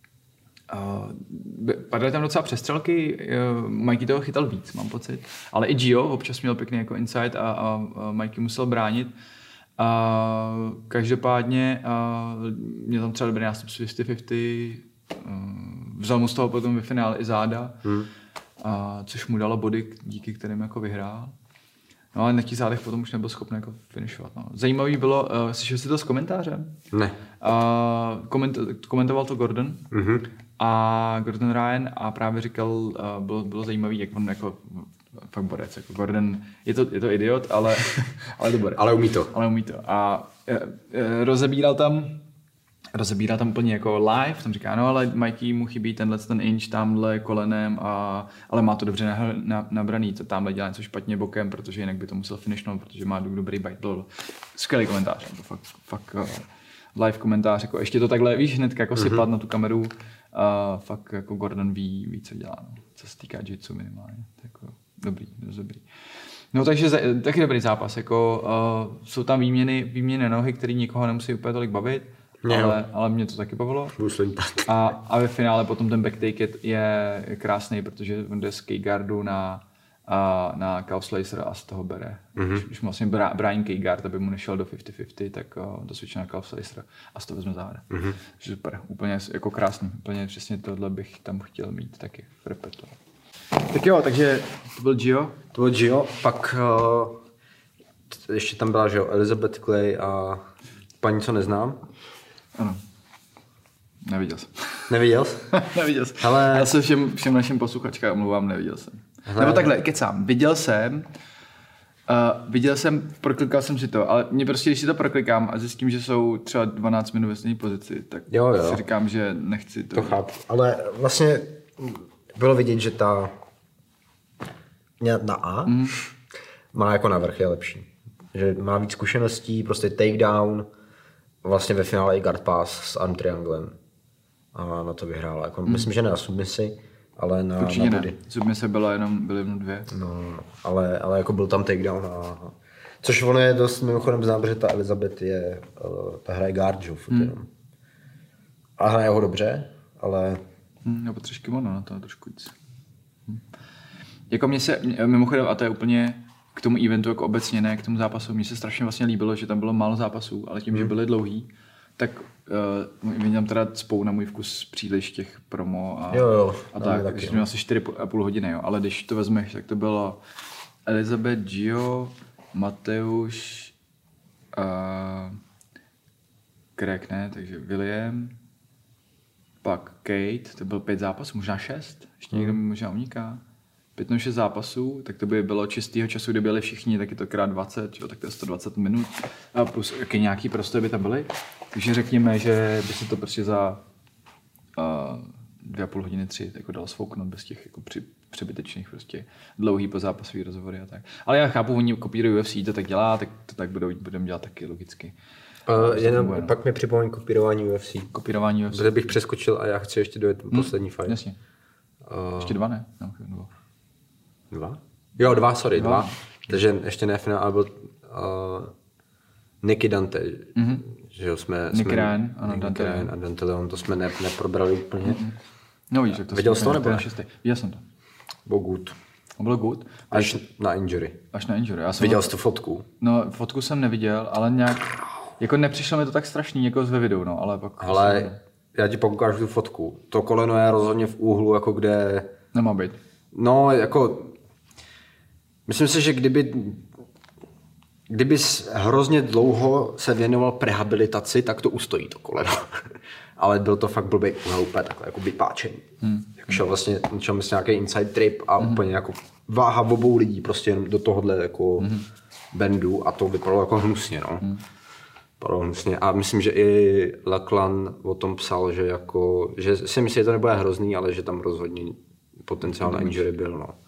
[SPEAKER 2] uh, padaly tam docela přestřelky, uh, Mikey toho chytal víc, mám pocit, ale i Gio občas měl pěkný jako inside a, a, a Mikey musel bránit. Uh, každopádně uh, měl tam třeba dobrý nástup s padesát padesát, uh, vzal mu z toho potom ve finále i záda, hmm. uh, což mu dalo body, díky kterým jako vyhrál. No ale na těch zádech potom už nebyl schopný jako finišovat. No. Zajímavý bylo, uh, slyšel jsi to s komentářem?
[SPEAKER 3] Ne.
[SPEAKER 2] Uh, koment, komentoval to Gordon
[SPEAKER 3] Mm-hmm.
[SPEAKER 2] a Gordon Ryan a právě říkal, uh, bylo, bylo zajímavý, jak on jako fakt borec. Jako Gordon, je to, je to idiot, ale, ale to borec.
[SPEAKER 3] Ale umí to.
[SPEAKER 2] Ale umí to. A uh, uh, rozebíral tam rozebírá tam úplně jako live, tam říká, no ale Mikey mu chybí tenhle ten inch tamhle kolenem, a, ale má to dobře na, na, nabraný, to tamhle dělá něco špatně bokem, protože jinak by to musel finishnout, protože má dobrý bite. Byl skvělý komentář, to fakt, fakt uh, live komentář, jako ještě to takhle, víš, hned jako mm-hmm. sypat na tu kameru, uh, fakt jako Gordon ví, ví co dělá, no, co se týká jiu-jitsu minimálně, tak jako dobrý, dost dobrý. No takže za, taky dobrý zápas, jako uh, jsou tam výměny, výměny nohy, které nikoho nemusí úplně tolik bavit, ale, ale mě to taky bavilo. A, a ve finále potom ten backtake je, je, je krásný, protože on jde z K-guardu na, a, na calf slicer a z toho bere. Mm-hmm. Když, když vlastně Brian K-guard, aby mu nešel do padesát padesát, tak uh, dosvědčil na calf slicer a z toho vezme záda. Mm-hmm. Super, úplně jako krásný. Úplně přesně tohle bych tam chtěl mít taky v repertoáru. Tak jo, takže to byl Gio.
[SPEAKER 3] To byl Gio, pak uh, ještě tam byla, že jo, Elizabeth Clay a paní, co neznám.
[SPEAKER 2] Ano. Neviděl jsem.
[SPEAKER 3] Neviděl jsi?
[SPEAKER 2] Neviděl jsem.
[SPEAKER 3] Hele...
[SPEAKER 2] Já se všem, všem našim posluchačkám omlouvám, neviděl jsem. Hele... Nebo takhle, kecám. Viděl jsem, uh, viděl jsem, proklikal jsem si to, ale mě prostě, když si to proklikám a zjistím, že jsou třeba dvanáct minut ve stejné pozici, tak jo, jo. si říkám, že nechci to.
[SPEAKER 3] To chápu. Ale vlastně bylo vidět, že ta na A mm. má jako navrch je lepší. Že má víc zkušeností, prostě takedown, vlastně ve finále i guard pass s arm trianglem. A na to vyhrála. Jako, mm. Myslím, že ne na submisi, ale na,
[SPEAKER 2] Určitě
[SPEAKER 3] na body.
[SPEAKER 2] Ne. Submise byla jenom, byly jenom dvě.
[SPEAKER 3] No, ale, ale jako byl tam takedown. A, což ono je dost mimochodem znám, že ta Elizabeth je, ta hraje guard, že? Mm. A hraje ho dobře, ale...
[SPEAKER 2] Mm, nebo trošku kimono na to trošku víc. Hm. Jako mně se, mimochodem, a to je úplně k tomu eventu jako obecně, ne k tomu zápasu, mně se strašně vlastně líbilo, že tam bylo málo zápasů, ale tím, mm. že byly dlouhý, tak uh, mě tam teda cpou na můj vkus příliš těch promo a,
[SPEAKER 3] jo, jo,
[SPEAKER 2] a tak, takže měl asi čtyři a půl hodiny, jo. Ale když to vezmeš, tak to bylo Elizabeth, Gio, Mateusz, uh, Craig, ne, takže William, pak Kate, to bylo pět zápasů, možná šest, ještě někdo mi možná uniká. Pět nebo šest zápasů, tak to by bylo čistého času, kdy byli všichni, tak je to krát dvacet, jo, tak to je sto dvacet minut a plus jaký nějaký prostory by tam byly. Takže řekněme, že by se to prostě za uh, dvě a půl hodiny, tři jako dalo svouknout bez těch jako při, přebytečných prostě dlouhý pozápasový rozhovory a tak. Ale já chápu, oni kopírují U F C, to tak dělá, tak to tak budou, budeme dělat taky logicky.
[SPEAKER 3] Uh, jenom funguje, pak mi připomeň kopírování U F C.
[SPEAKER 2] Kopírování U F C.
[SPEAKER 3] Protože bych přeskočil a já chci ještě dojet hmm, poslední fight.
[SPEAKER 2] Jasně. Uh, ještě dva, ne? No, dva.
[SPEAKER 3] Dva? Jo, dva, sorry, dva.
[SPEAKER 2] dva.
[SPEAKER 3] Takže ještě ne finál, ale byl uh, Nicky Dante. Mm-hmm. Že jo, jsme...
[SPEAKER 2] Nick
[SPEAKER 3] jsme,
[SPEAKER 2] Ryan, ano,
[SPEAKER 3] Nick
[SPEAKER 2] Dante
[SPEAKER 3] Ryan a Dante Leon, to jsme ne, neprobrali úplně. Mm-hmm.
[SPEAKER 2] No víš, jak to
[SPEAKER 3] viděl jsi to nebo ne?
[SPEAKER 2] Viděl jsem to.
[SPEAKER 3] Bylo good.
[SPEAKER 2] Bylo good.
[SPEAKER 3] Až, až na injury.
[SPEAKER 2] Až na injury. Já jsem
[SPEAKER 3] viděl jsi tu fotku?
[SPEAKER 2] No, fotku jsem neviděl, ale nějak... Jako nepřišlo mi to tak strašný, jako ve videu, no, ale pak...
[SPEAKER 3] Ale jsem... já ti ukážu tu fotku. To koleno je rozhodně v úhlu, jako kde...
[SPEAKER 2] Nemá být.
[SPEAKER 3] No, jako... Myslím si, že kdyby... Kdyby hrozně dlouho se věnoval prehabilitaci, tak to ustojí to koleno. Ale byl to fakt blbý úhel, úplně takhle, jako vypáčený. Hmm. Jak šel vlastně, šel myslím nějaký inside trip a hmm. úplně jako váha v obou lidí prostě jenom do tohohle jako hmm. bendu a to vypadalo jako hnusně, no. Hmm. Vypadalo hnusně. A myslím, že i Lachlan o tom psal, že jako, že si myslí, že to nebude hrozný, ale že tam rozhodně potenciál na injury byl, no.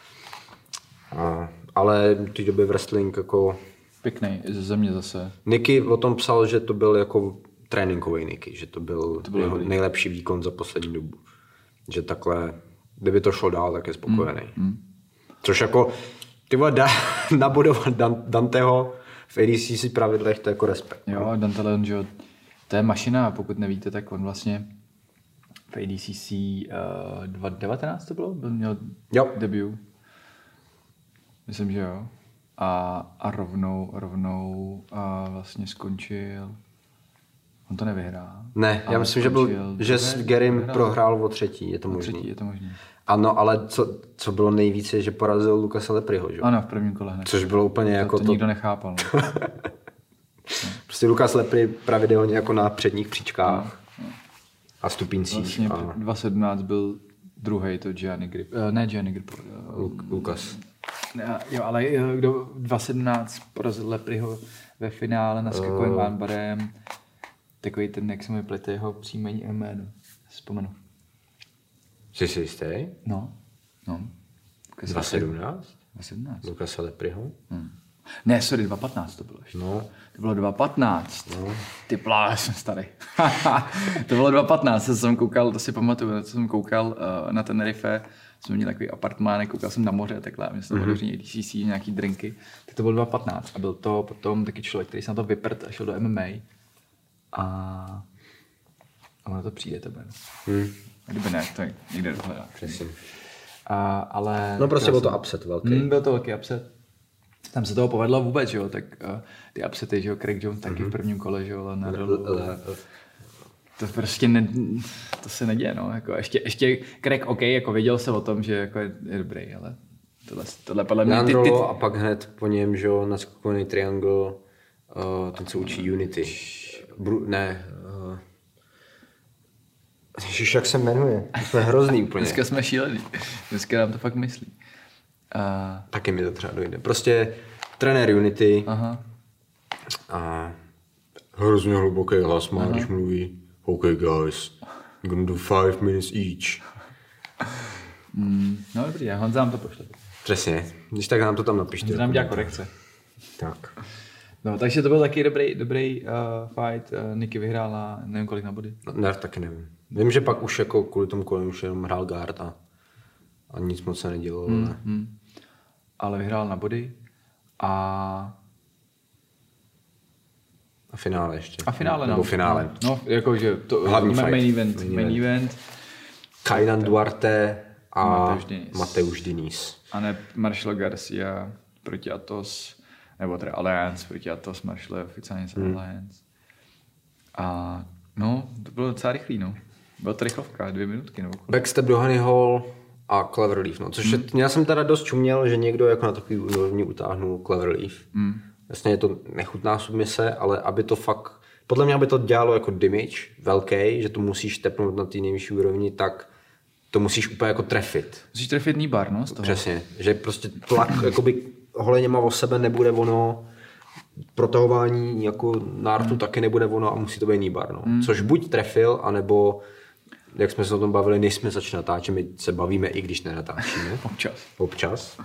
[SPEAKER 3] A, ale v té době wrestling jako...
[SPEAKER 2] Pěkný, ze země zase.
[SPEAKER 3] Nicky o tom psal, že to byl jako tréninkový Nicky, že to byl, to byl jeho nejlepší výkon za poslední dobu. Že takhle, kdyby to šlo dál, tak je spokojený. Mm, mm. Což jako, ty vole, da, nabudovat Dan, Danteho v A D C C pravidlech, to je jako respekt.
[SPEAKER 2] Jo, Dante Leon, že to je mašina, pokud nevíte, tak on vlastně v A D C C uh, dva tisíce devatenáct to bylo? Byl měl jo. debut. Myslím, že jo. A, a rovnou, rovnou a vlastně skončil On to nevyhrál.
[SPEAKER 3] Ne, já myslím, že, byl, že s Garym prohrál o třetí, je to možný.
[SPEAKER 2] Třetí, je to možný.
[SPEAKER 3] Ano, ale co, co bylo nejvíc je, že porazil Lucase Lepriho, že?
[SPEAKER 2] Ano, v prvním kole hned.
[SPEAKER 3] Což bylo úplně
[SPEAKER 2] to,
[SPEAKER 3] jako
[SPEAKER 2] to...
[SPEAKER 3] to...
[SPEAKER 2] nikdo nechápal. No.
[SPEAKER 3] Prostě Lucas Lepri pravidelně jako na předních příčkách
[SPEAKER 2] no, no.
[SPEAKER 3] a stupíncích.
[SPEAKER 2] Vlastně
[SPEAKER 3] a...
[SPEAKER 2] dva sedmnáct byl druhej to Gianni Grip. Uh, ne Gianni Grip. Uh,
[SPEAKER 3] Lucas.
[SPEAKER 2] Ne, jo, ale kdo dva sedmnáct porazil Lepriho ve finále na skakovým uh... Armbarem. Takový ten, jak se mi plete jeho příjmení a jméno. Vzpomenu.
[SPEAKER 3] Jsi si jistý?
[SPEAKER 2] No. no.
[SPEAKER 3] dva sedmnáct?
[SPEAKER 2] dva sedmnáct.
[SPEAKER 3] Lucase Lepriho?
[SPEAKER 2] Hmm. Ne, sorry, dva patnáct to bylo ještě.
[SPEAKER 3] No.
[SPEAKER 2] To bylo dva patnáct.
[SPEAKER 3] No.
[SPEAKER 2] Ty plá, jsem starý. To bylo dva patnáct, to jsem koukal, to si pamatuju, to jsem koukal uh, na Tenerife, jsme měli takový apartmánek, koukal jsem na moře a takhle, mě se tam odevření A D C C, nějaký drinky. Tak to bylo dva patnáct a byl to potom taky člověk, který se na to vyprt a šel do M M A. A, a ono to přijde tebe. Hmm. Kdyby ne, to někde dohledá.
[SPEAKER 3] Přesně.
[SPEAKER 2] A, ale...
[SPEAKER 3] No prostě byl to upset velký.
[SPEAKER 2] Mm, byl to velký upset. Tam se toho povedlo vůbec, že jo, tak uh, ty upsety, že jo, Craig Jones taky mm-hmm. v prvním kole, že jo, ale nadal, to prostě ne, to se neděje, no, jako ještě, ještě Craig, OK, jako věděl se o tom, že jako je, je dobrý, ale tohle, tohle podle mě... Ty, ty...
[SPEAKER 3] a pak hned po něm, že jo, naskakovaný triangle, uh, ten co učí Unity. Bru, ne, uh... Ježiš, jak se jmenuje, to jsme hrozný úplně.
[SPEAKER 2] Dneska jsme šílený, dneska nám to fakt myslí. Uh...
[SPEAKER 3] Taky mi to třeba dojde. Prostě trenér Unity
[SPEAKER 2] Aha.
[SPEAKER 3] a hrozně hluboký hlas má, Aha. když mluví OK guys, I'm gonna do five minutes each.
[SPEAKER 2] Mm, no dobrý, já Honza nám to pošle.
[SPEAKER 3] Přesně, když tak nám to tam napište.
[SPEAKER 2] Honza nám dělá korekce.
[SPEAKER 3] Tak.
[SPEAKER 2] No, takže to byl taky dobrý, dobrý uh, fight, uh, Nicky vyhrála, nevím kolik na body.
[SPEAKER 3] No, ne, taky nevím. Vím, že pak už jako kvůli tomu kolem už jenom hrál guard a, a nic moc se nedělo.
[SPEAKER 2] Hmm,
[SPEAKER 3] ne.
[SPEAKER 2] hmm. Ale vyhrál na body a...
[SPEAKER 3] A finále ještě.
[SPEAKER 2] A finále,
[SPEAKER 3] Nebo
[SPEAKER 2] no.
[SPEAKER 3] finále.
[SPEAKER 2] No, jakože to...
[SPEAKER 3] Hlavní
[SPEAKER 2] main
[SPEAKER 3] fight.
[SPEAKER 2] event. Main, main event. event.
[SPEAKER 3] Kainan Duarte a
[SPEAKER 2] Mateusz Diniz.
[SPEAKER 3] Mateusz Diniz.
[SPEAKER 2] A ne Marshall Garcia proti Atos, nebo teda Alliance proti Atos, Marshall oficiálně hmm. Alliance. A no, to bylo docela rychlý, no. Byla to rychlovka, dvě minutky. Nebo
[SPEAKER 3] Backstep do Honey Hall a Clever Leaf, no. Což hmm. je, já jsem teda dost čuměl, že někdo jako na takový úrovni utáhnul Clever Leaf. Hmm. Jasně je to nechutná submise, ale aby to fakt, podle mě, aby to dělalo jako damage velký, že to musíš tepnout na té nejvyšší úrovni, tak to musíš úplně jako trefit.
[SPEAKER 2] Musíš trefit knee-bar, no? Z toho.
[SPEAKER 3] Přesně, že prostě tlak jakoby holeněma o sebe nebude ono, protahování jako nártu hmm. taky nebude ono a musí to být knee-bar, no. Hmm. Což buď trefil, anebo jak jsme se o tom bavili, než jsme začali natáčet, my se bavíme, i když nenatáčíme.
[SPEAKER 2] Občas.
[SPEAKER 3] Občas.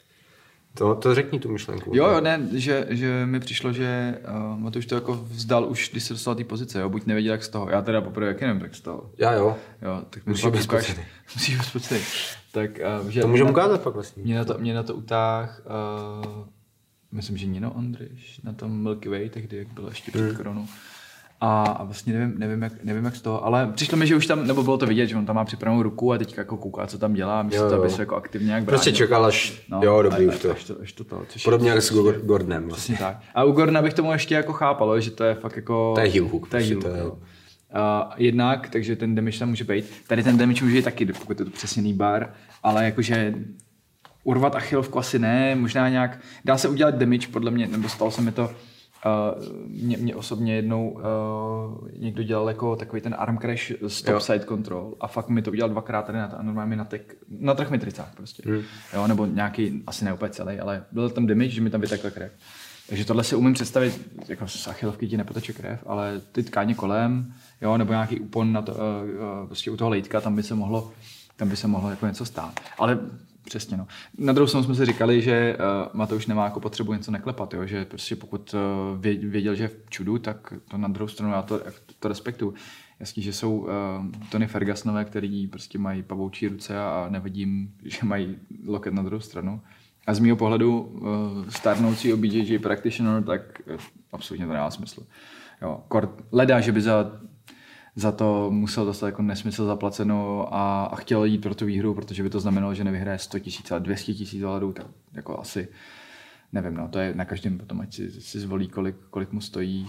[SPEAKER 3] To, to řekni tu myšlenku.
[SPEAKER 2] Jo, jo, ne, že, že mi přišlo, že uh, Matouš to jako vzdal už, když se dostal té pozice, jo, buď nevěděl, jak z toho. Já teda poprvé jak nevím, tak z toho.
[SPEAKER 3] Já jo.
[SPEAKER 2] Jo, tak mi
[SPEAKER 3] musíš být spocený.
[SPEAKER 2] Musíš být spocený. Tak, uh, že
[SPEAKER 3] to můžeme ukázat pak vlastně.
[SPEAKER 2] Mě na to, mě na to utáh, uh, myslím, že Nino Andriš na tom Milky Way, tehdy, jak bylo ještě před hmm. koronou. A, a vlastně nevím, nevím, jak, nevím, jak z toho, ale přišlo mi, že už tam, nebo bylo to vidět, že on tam má připravenou ruku a teď jako kouká, co tam dělá, myslím, to, aby se jako aktivně nějak bránil.
[SPEAKER 3] Prostě čekal, až,
[SPEAKER 2] no,
[SPEAKER 3] jo, dobrý,
[SPEAKER 2] a,
[SPEAKER 3] už to.
[SPEAKER 2] Až to, až to, to
[SPEAKER 3] podobně jak s Gordonem.
[SPEAKER 2] Vlastně tak. A u Gordona bych tomu ještě jako chápal, že to je fakt jako...
[SPEAKER 3] To je heel hook.
[SPEAKER 2] To je heel hook, Uh, jednak, takže ten damage tam může být. Tady ten damage může být taky, pokud je to přesně bar, ale jakože urvat achilovku asi ne, možná nějak, dá se udělat damage podle mě, nebo stalo se mi to, uh, mě, mě osobně jednou uh, někdo dělal jako takový ten arm crash z top jo. side control a fakt mi to udělal dvakrát tady na a normálně na, tek, na třech metricách prostě. Hmm. Jo, nebo nějaký, asi ne úplně celý, ale byl tam damage, že mi tam vytekla krev. Takže tohle si umím představit, jako z achilovky ti nepoteče krev, ale ty tkáně kolem, jo, nebo nějaký úpon na to, uh, uh, prostě u toho lejtka, tam by se mohlo, tam by se mohlo jako něco stát. Ale přesně, no. Na druhou stranu jsme si říkali, že uh, Matouš nemá jako potřebu něco neklepat, jo, že prostě pokud uh, věděl, že je v čudu, tak to na druhou stranu já to, to, to respektuju. Jasně, že jsou uh, Tony Fergusonové, který prostě mají pavoučí ruce a, a nevidím, že mají loket na druhou stranu. A z mýho pohledu uh, starnoucí B J J practitioner, tak uh, absolutně to nemá smysl. Jo, kort, leda, že by za, za to musel dostat jako nesmysl zaplaceno a, a chtěl jít pro tu výhru, protože by to znamenalo, že nevyhraje sto tisíc, ale dvě stě tisíc dolarů, tak jako asi, nevím, no, to je na každém potom, ať si, si zvolí, kolik, kolik mu stojí.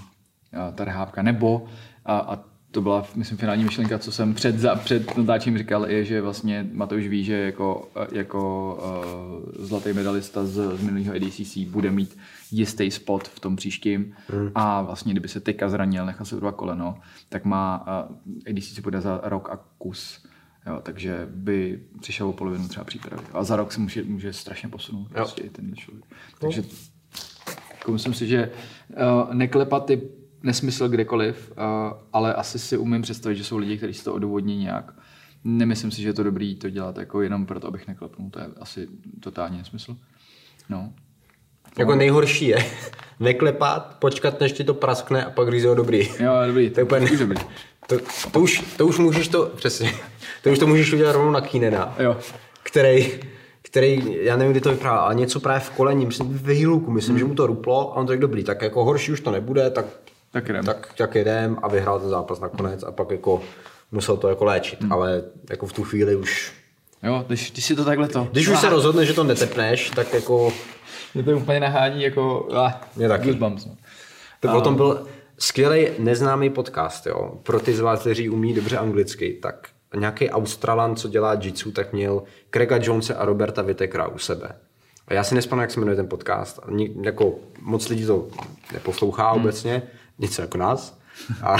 [SPEAKER 2] ta rehábka, nebo a, a to byla, myslím, finální myšlenka, co jsem před, za, před natáčením říkal, je, že vlastně Matouš ví, že jako, jako uh, zlatý medalista z, z minulého A D C C bude mít jistý spot v tom příštím hmm. a vlastně, kdyby se teďka zranil, nechal se urvat koleno, tak má uh, A D C C bude za rok a kus. Jo, takže by přišel o polovinu třeba přípravy. A za rok se může, může strašně posunout prostě ten člověk. Takže jako myslím si, že uh, neklepat ty nesmysl kdekoliv, uh, ale asi si umím představit, že jsou lidi, kteří si to odůvodní nějak. Nemyslím si, že je to dobrý to dělat jako jenom proto, abych neklepnul. To je asi totální nesmysl. No.
[SPEAKER 3] Jako nejhorší je neklepat, počkat, než ti to praskne a pak říct, jo, dobrý.
[SPEAKER 2] Jo, dobrý.
[SPEAKER 3] To je úplně
[SPEAKER 2] dobrý.
[SPEAKER 3] To, to, už, to už můžeš to, přesně, to už to můžeš udělat rovnou na Keenana,
[SPEAKER 2] jo.
[SPEAKER 3] který, který, já nevím, kdy to vypadá, ale něco právě v koleni, myslím, ve Hýluku, myslím, hmm. že mu to ruplo a on to je dobrý, tak jako horší už to nebude, tak,
[SPEAKER 2] tak jdem.
[SPEAKER 3] Tak, tak jedem a vyhrál ten zápas nakonec a pak jako musel to jako léčit, hmm. ale jako v tu chvíli už...
[SPEAKER 2] Jo, když, když si to takhle to...
[SPEAKER 3] Když už se rozhodne, že to netepneš, tak jako...
[SPEAKER 2] Mě to úplně nahání jako... Ah,
[SPEAKER 3] mě taky.
[SPEAKER 2] Goosebumps, no.
[SPEAKER 3] To um. potom byl skvělý neznámý podcast, jo. Pro ty z vás, kteří umí dobře anglicky, tak nějaký Australan, co dělá jitsu, tak měl Craiga Jonese a Roberta Whittakera u sebe. A já si nespomínám, jak se jmenuje ten podcast. Jako moc lidí to neposlouchá hmm. obecně, něco jako nás. A,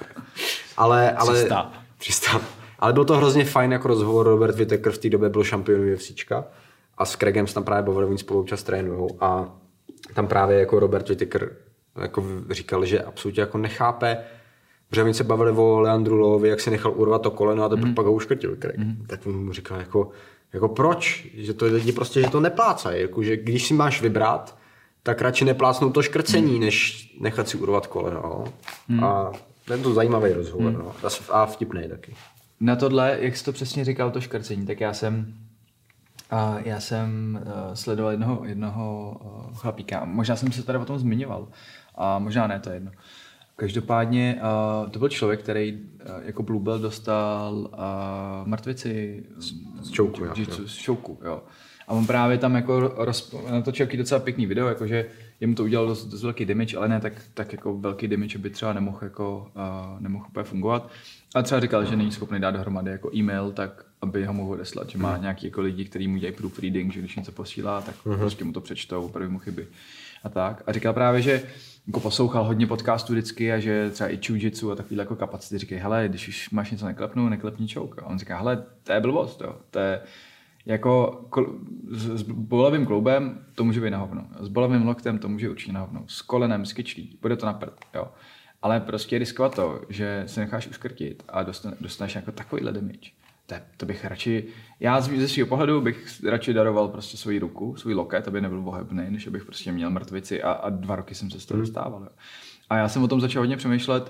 [SPEAKER 3] ale, ale,
[SPEAKER 2] Přistá.
[SPEAKER 3] Přistá. Ale byl to hrozně fajn jako rozhovor. Robert Whittaker v té době byl šampion UFCčka a s Craigem se tam právě bavili, oni spolu občas trénujou a tam právě jako Robert Whittaker jako říkal, že absolutně jako nechápe, protože oni se bavili o Leandru Lovovi, jak si nechal urvat to koleno a to mm. pak ho uškrtil Craig. Mm. Tak mu říkal jako, jako proč? Že to lidi prostě, že to neplácají. Jako, že když si máš vybrat, tak radši neplácnou to škrcení, mm. než nechat si urvat koleno. Mm. A je to zajímavý rozhovor. Mm. No. A vtipnej taky.
[SPEAKER 2] Na tohle, jak jsi to přesně říkal, to škrcení, tak já jsem a já jsem uh, sledoval jednoho, jednoho uh, chlapíka. Možná jsem se tady o tom zmiňoval. A možná ne, to je jedno. Každopádně uh, to byl člověk, který uh, jako Blue Belt dostal uh, mrtvici
[SPEAKER 3] z čouku.
[SPEAKER 2] Z čouku, jo. A on právě tam jako roz, natočil docela pěkný video, jakože jemu to udělalo dost, dost velký damage, ale ne tak, tak jako velký damage, aby třeba nemohl, jako, uh, nemohl úplně fungovat. A třeba říkal, že není schopný dát dohromady jako e-mail, tak aby ho mohl odeslat, že má hmm. nějaký jako lidi, kteří mu dělají proofreading, že když něco posílá, tak hmm. prostě mu to přečtou, opravdu mu chyby a tak. A říkal právě, že jako poslouchal hodně podcastů vždycky a že třeba i jiu-jitsu a takovýhle jako kapacity říkají, hele, když už máš něco neklepnou, neklepni choke. A on říká, hele, to je blbost, jo. To je jako s, s bolavým kloubem to může být na hovno. S bolavým loktem to může určitě na hovno. S kolenem, s kyčlí, bude to na prd, jo. Ale prostě riskovat to, že se necháš uškrtit a dostaneš, dostaneš jako takovýhle damage. To, to bych radši, já ze svého pohledu bych radši daroval prostě svoji ruku, svůj loket, aby nebyl bohebný, než abych prostě měl mrtvici a, a dva roky jsem se z toho dostával. Jo. A já jsem o tom začal hodně přemýšlet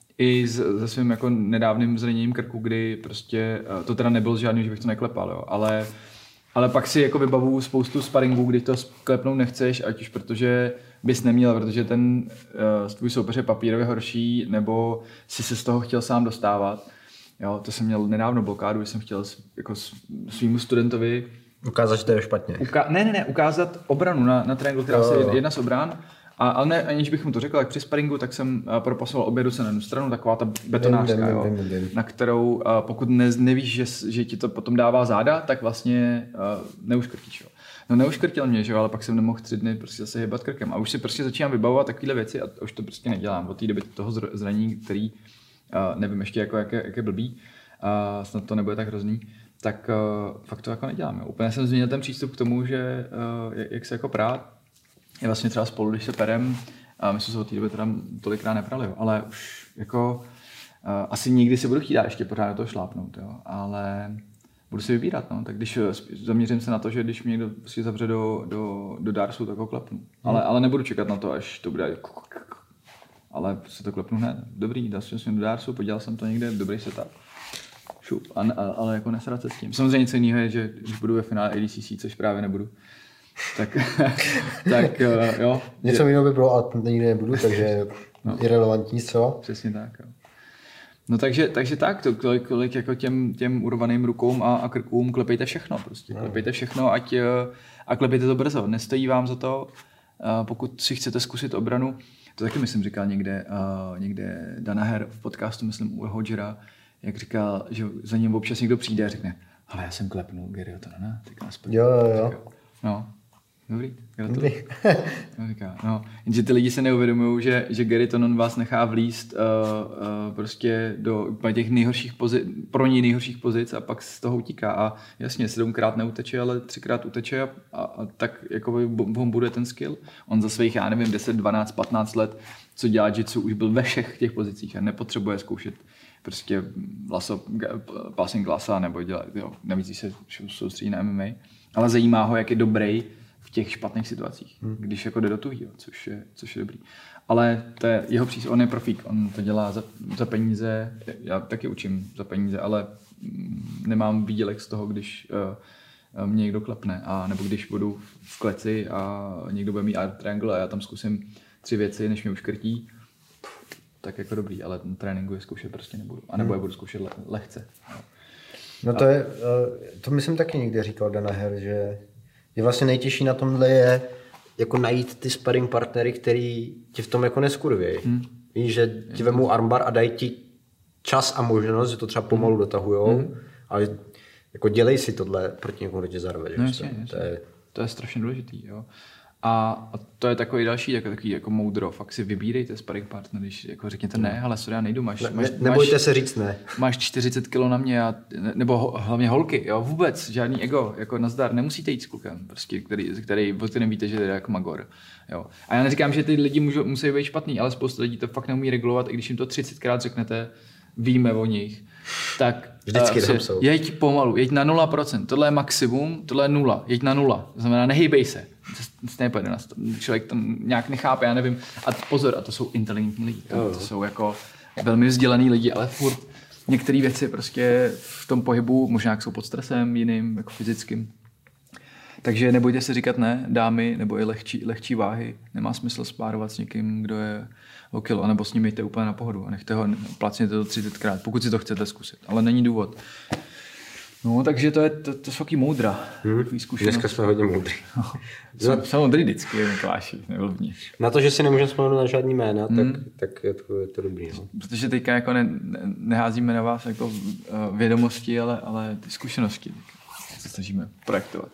[SPEAKER 2] i se svým jako nedávným zraněním krku, kdy prostě, to teda nebylo žádný, že bych to neklepal, jo, ale, ale pak si jako vybavu spoustu sparingů, kdy to klepnout nechceš, ať už protože bys neměl, protože ten uh, tvůj soupeř je papírově horší, nebo si se z toho chtěl sám dostávat. Jo, to jsem měl nedávno blokádu, když jsem chtěl jako svýmu studentovi
[SPEAKER 3] ukázat, že to je špatně.
[SPEAKER 2] Uka- ne, ne, ne, ukázat obranu na, na tréninku, která je jedna z obran. A, ale ne, aniž bych mu to řekl, jak při sparingu, tak jsem uh, propasoval obě ruce na jednu stranu, taková ta betonářská, den, jo, den, den. Na kterou uh, pokud ne, nevíš, že, že ti to potom dává záda, tak vlastně uh, neuškrtíš. Jo. No neuškrtil mě, že jo, ale pak jsem nemohl tři dny prostě zase hýbat krkem. A už si prostě začínám vybavovat takovéhle věci a už to prostě nedělám. Od té doby toho zranění, který uh, nevím ještě jako, jak, je, jak je blbý, uh, snad to nebude tak hrozný, tak uh, fakt to jako nedělám. Jo. Úplně jsem změnil ten přístup k tomu, že uh, jak se jako prát, je vlastně třeba spolu, když se perem, a my jsme se od té doby teda tolikrát neprali, jo, ale už jako uh, asi nikdy si budu chtít ještě pořád do toho šlápnout, jo, ale budu si vybírat, no, tak když zaměřím se na to, že když mě někdo si zavře do, do, do dársu, tak ho klepnu, hmm. ale, ale nebudu čekat na to, až to bude, ale si to klepnu hned, dobrý, dal jsem do dársu, podělal jsem to někde, dobrý setup, šup, a, a, ale jako nesrat se s tím. Samozřejmě něco jiného je, že když budu ve finále A D C C, což právě nebudu, tak, tak jo.
[SPEAKER 3] Něco jiného by bylo, ale nikdy nebudu, takže no. Irelevantní, co?
[SPEAKER 2] Přesně tak, jo. No takže, takže tak, to kolik, kolik jako těm, těm urvaným rukům a, a krkům klepejte všechno prostě, no. Klepejte všechno, ať, a klepejte to brzo, nestojí vám za to, pokud si chcete zkusit obranu. To taky myslím říkal někde, uh, někde Danaher v podcastu, myslím u Hodgera, jak říkal, že za ním občas někdo přijde a řekne, ale já jsem klepnul Gary Ottona, ne? Tak nás
[SPEAKER 4] jo, jo, jo.
[SPEAKER 2] No, dobrý, gratuluji. No, říká, no. Jenže ty lidi se neuvědomují, že, že Gary Tonon vás nechá vlízt uh, uh, prostě do těch nejhorších pozic, pro něj nejhorších pozic a pak z toho utíká. A jasně, sedmkrát neuteče, ale třikrát uteče a, a, a tak jako on bude ten skill. On za svých, já nevím, deset, dvanáct, patnáct let, co dělá jitsu, už byl ve všech těch pozicích a nepotřebuje zkoušet prostě laso, passing lasa nebo dělat, jo, navíc se soustředí na M M A, ale zajímá ho, jak je dobrý v těch špatných situacích, hmm. když jako jde do tuhýho, což je, což je dobrý. Ale to je jeho přístup, on je profík, on to dělá za, za peníze, já taky učím za peníze, ale nemám výdělek z toho, když uh, mě někdo klepne, a nebo když budu v kleci a někdo bude mít art triangle a já tam zkusím tři věci, než mě uškrtí, tak jako dobrý, ale ten tréninku je zkoušet prostě nebudu. A nebo je budu zkoušet le- lehce. No,
[SPEAKER 4] no to je, to myslím taky někde říkal Danaher, že je vlastně nejtěžší na tomhle je jako najít ty sparring partnery, který ti v tom jako neskurvějí. Hmm. Víš, že ti vemou armbar a dají ti čas a možnost, že to třeba pomalu dotahujou, hmm. ale jako dělej si tohle proti někomu, kdo tě zarve.
[SPEAKER 2] No, jasně, jasně. To, je... to je strašně důležitý, jo. A, a to je takový další, jako, takový jako moudro. Fakt si vybírejte sparring partner, když jako řekněte ne, ale sorry, já nejdu, máš,
[SPEAKER 4] ne,
[SPEAKER 2] máš,
[SPEAKER 4] nebojte
[SPEAKER 2] máš,
[SPEAKER 4] se říct ne.
[SPEAKER 2] Máš čtyřicet kilo na mě, a, nebo ho, hlavně holky, jo, vůbec, žádný ego, jako nazdar, nemusíte jít s klukem, prostě, který, který, o kterém víte, že je jako magor. Jo. A já neříkám, že ty lidi můžou, musí být špatný, ale spousta lidí to fakt neumí regulovat, i když jim to třicetkrát řeknete, víme o nich, tak
[SPEAKER 4] vždycky
[SPEAKER 2] uh,
[SPEAKER 4] jsou.
[SPEAKER 2] Jeď pomalu, jeď na nula procent, tohle je maximum, tohle je nula, jeď na nula, to znamená nehejbej se. Nepojede nás to. Člověk to nějak nechápe, já nevím. A pozor, a to jsou inteligentní lidi. To, to jsou jako velmi vzdělaný lidi, ale furt některé věci prostě v tom pohybu, možná jsou pod stresem jiným, jako fyzickým. Takže nebojte se říkat ne, dámy, nebo i lehčí, lehčí váhy. Nemá smysl spárovat s někým, kdo je o kilo, anebo s ním jděte úplně na pohodu a nechte ho, placněte to třicetkrát, pokud si to chcete zkusit. Ale není důvod. No, takže to je to, to jsou taky moudra.
[SPEAKER 4] Hmm. Dneska jsme hodně moudrý.
[SPEAKER 2] Jsem, jsem moudrý vždycky, Mikuláši, nevlvníš.
[SPEAKER 4] Na to, že si nemůžeme vzpomenout na žádný jména, hmm. tak, tak je, to, je to dobrý. No.
[SPEAKER 2] Protože teďka jako ne, ne, neházíme na vás jako vědomosti, ale, ale ty zkušenosti. Se snažíme projektovat.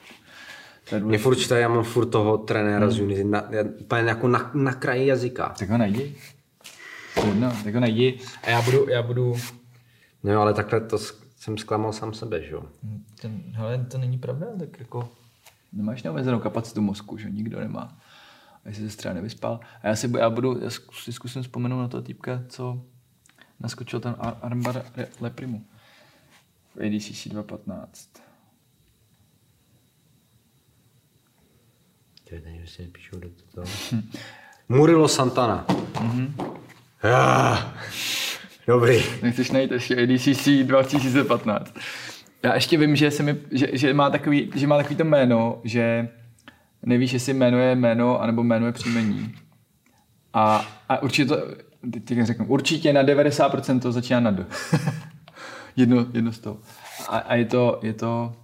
[SPEAKER 4] Mě furt čte, já mám furt toho trenéra hmm. z Unity, na, úplně jako na, na kraji jazyka.
[SPEAKER 2] Tak ho najdi. No, tak ho najdi a já budu, já budu...
[SPEAKER 4] No ale takhle to jsem zklamal sám sebe, že jo.
[SPEAKER 2] Ten, hele, to není pravda, tak jako nemáš neomezenou kapacitu mozku, že nikdo nemá. A jestli se třeba nevyspal. A já si, já budu, já si zkusím vzpomenout na toho týpka, co naskočil ten armbar Leprimu. V A D C C dva patnáct.
[SPEAKER 4] Nevím, jestli nepíšou do toho. Murilo Santana. Mm-hmm. Ah, dobrý.
[SPEAKER 2] Nechceš najít ještě A D C C dva tisíce patnáct. Já ještě vím, že, se mi, že, že, má takový, že má takový to jméno, že nevíš, jestli jméno je jméno, anebo jméno je příjmení. A, a určitě to, teď řeknu, určitě na devadesát procent to začíná na D. jedno, jedno z toho. A, a je to, je to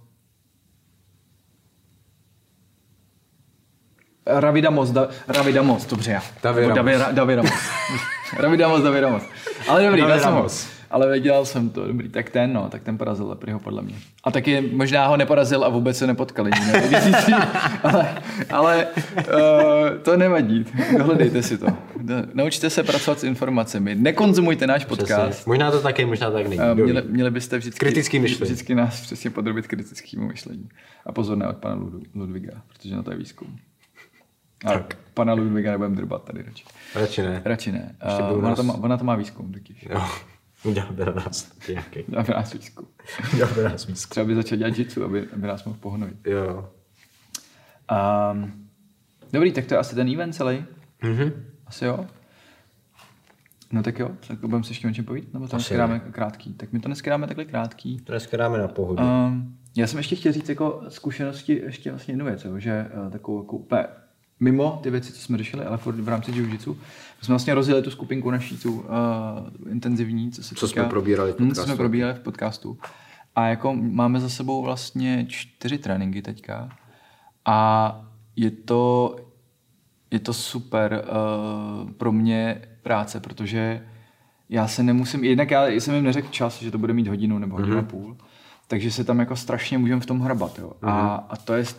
[SPEAKER 2] Ravidamos, da, Ravidamos, dobře já. Daviramos. Ravidamos, Daviramos. Ale dobrý, dal jsem ho. Ale dělal jsem to, dobrý. Tak ten, no, tak ten porazil Lepriho podle mě. A taky možná ho neporazil a vůbec se nepotkali. ale ale uh, to nevadí. Dohledejte si to. Naučte se pracovat s informacemi. Nekonzumujte náš podcast.
[SPEAKER 4] Přesně. Možná to taky, možná tak není.
[SPEAKER 2] Uh, měli, měli byste vždycky,
[SPEAKER 4] kritický myšlení.
[SPEAKER 2] Vždycky nás přesně podrobit kritickému myšlení. A pozor, ne od pana Ludviga, protože na to je výzkum. A tak. Pana Ludviga nebudeme drbat tady radši.
[SPEAKER 4] Radši ne.
[SPEAKER 2] Radši ne. Uh, ona, to má, ona to má výzkum taky.
[SPEAKER 4] Jo. Udělal by nás nějaký.
[SPEAKER 2] Udělal by nás výzkum.
[SPEAKER 4] Udělal by nás výzkum.
[SPEAKER 2] Třeba by začal dělat jitsu, aby, aby nás mohl pohnout.
[SPEAKER 4] Jo.
[SPEAKER 2] Um, dobrý, tak to je asi ten event celý.
[SPEAKER 4] Mhm.
[SPEAKER 2] Asi jo. No tak jo, tak budeme se ještě o čem povídat, nebo to dneska dáme krátký. Tak my to dneska dáme takhle krátký.
[SPEAKER 4] To dneska dáme na pohodu.
[SPEAKER 2] Um, já jsem ještě chtěl říct jako zkušenosti, ještě vlastně jednu věc, jo, že uh, takovou jako úplně mimo ty věci, co jsme řešili, ale furt v rámci jiu-jitsu, jsme vlastně rozjeli tu skupinku naší, tu uh, intenzivní, co se
[SPEAKER 4] co
[SPEAKER 2] týká,
[SPEAKER 4] jsme probírali v podcastu.
[SPEAKER 2] Co jsme probírali v podcastu. A jako máme za sebou vlastně čtyři tréninky teďka a je to je to super uh, pro mě práce, protože já se nemusím, jednak já jsem jim neřekl čas, že to bude mít hodinu nebo hodinu mm-hmm. a půl, takže se tam jako strašně můžeme v tom hrabat. Jo. Mm-hmm. A, a to je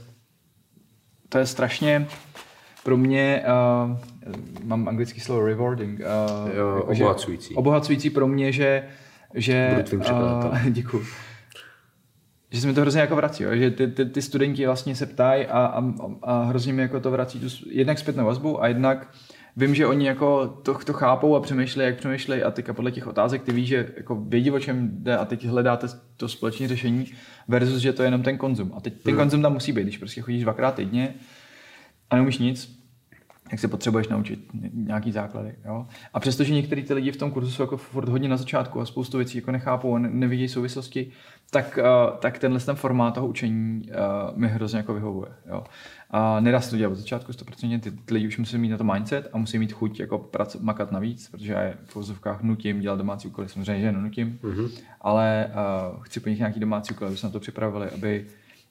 [SPEAKER 2] to je strašně pro mě, uh, mám anglický slovo rewarding, uh,
[SPEAKER 3] jo,
[SPEAKER 2] jako,
[SPEAKER 3] obohacující.
[SPEAKER 2] Obohacující pro mě, že, že
[SPEAKER 3] budu tvým překladatelem.
[SPEAKER 2] Uh, děkuju. Že se mi to hrozně jako vrací, jo? Že ty, ty, ty studenti vlastně se ptají a, a, a hrozně mi jako to vrací tu jednak zpětnou vazbu a jednak vím, že oni jako to, to chápou a přemýšlejí, jak přemýšlejí a teďka podle těch otázek ty víš, že jako vědí, o čem jde a teď hledáte to společné řešení versus, že to je jenom ten konzum. A teď ten hmm. konzum tam musí být, když prostě chodíš dvakrát týdně a neumíš nic, jak se potřebuješ naučit nějaký základy. Jo? A přestože některý ty lidi v tom kurzu jsou jako furt hodně na začátku a spoustu věcí jako nechápou a nevidí souvislosti, tak, uh, tak tenhle ten formát toho učení uh, mi hrozně jako vyhovuje. Jo? A nedá se to dělat od začátku sto procent, ty, ty lidi už musí mít na to mindset a musí mít chuť jako prac, makat navíc, protože já je v vozovkách nutím dělat domácí úkoly, samozřejmě, že nenutím, mm-hmm. ale uh, chci po nich nějaký domácí úkoly, aby se na to připravili, aby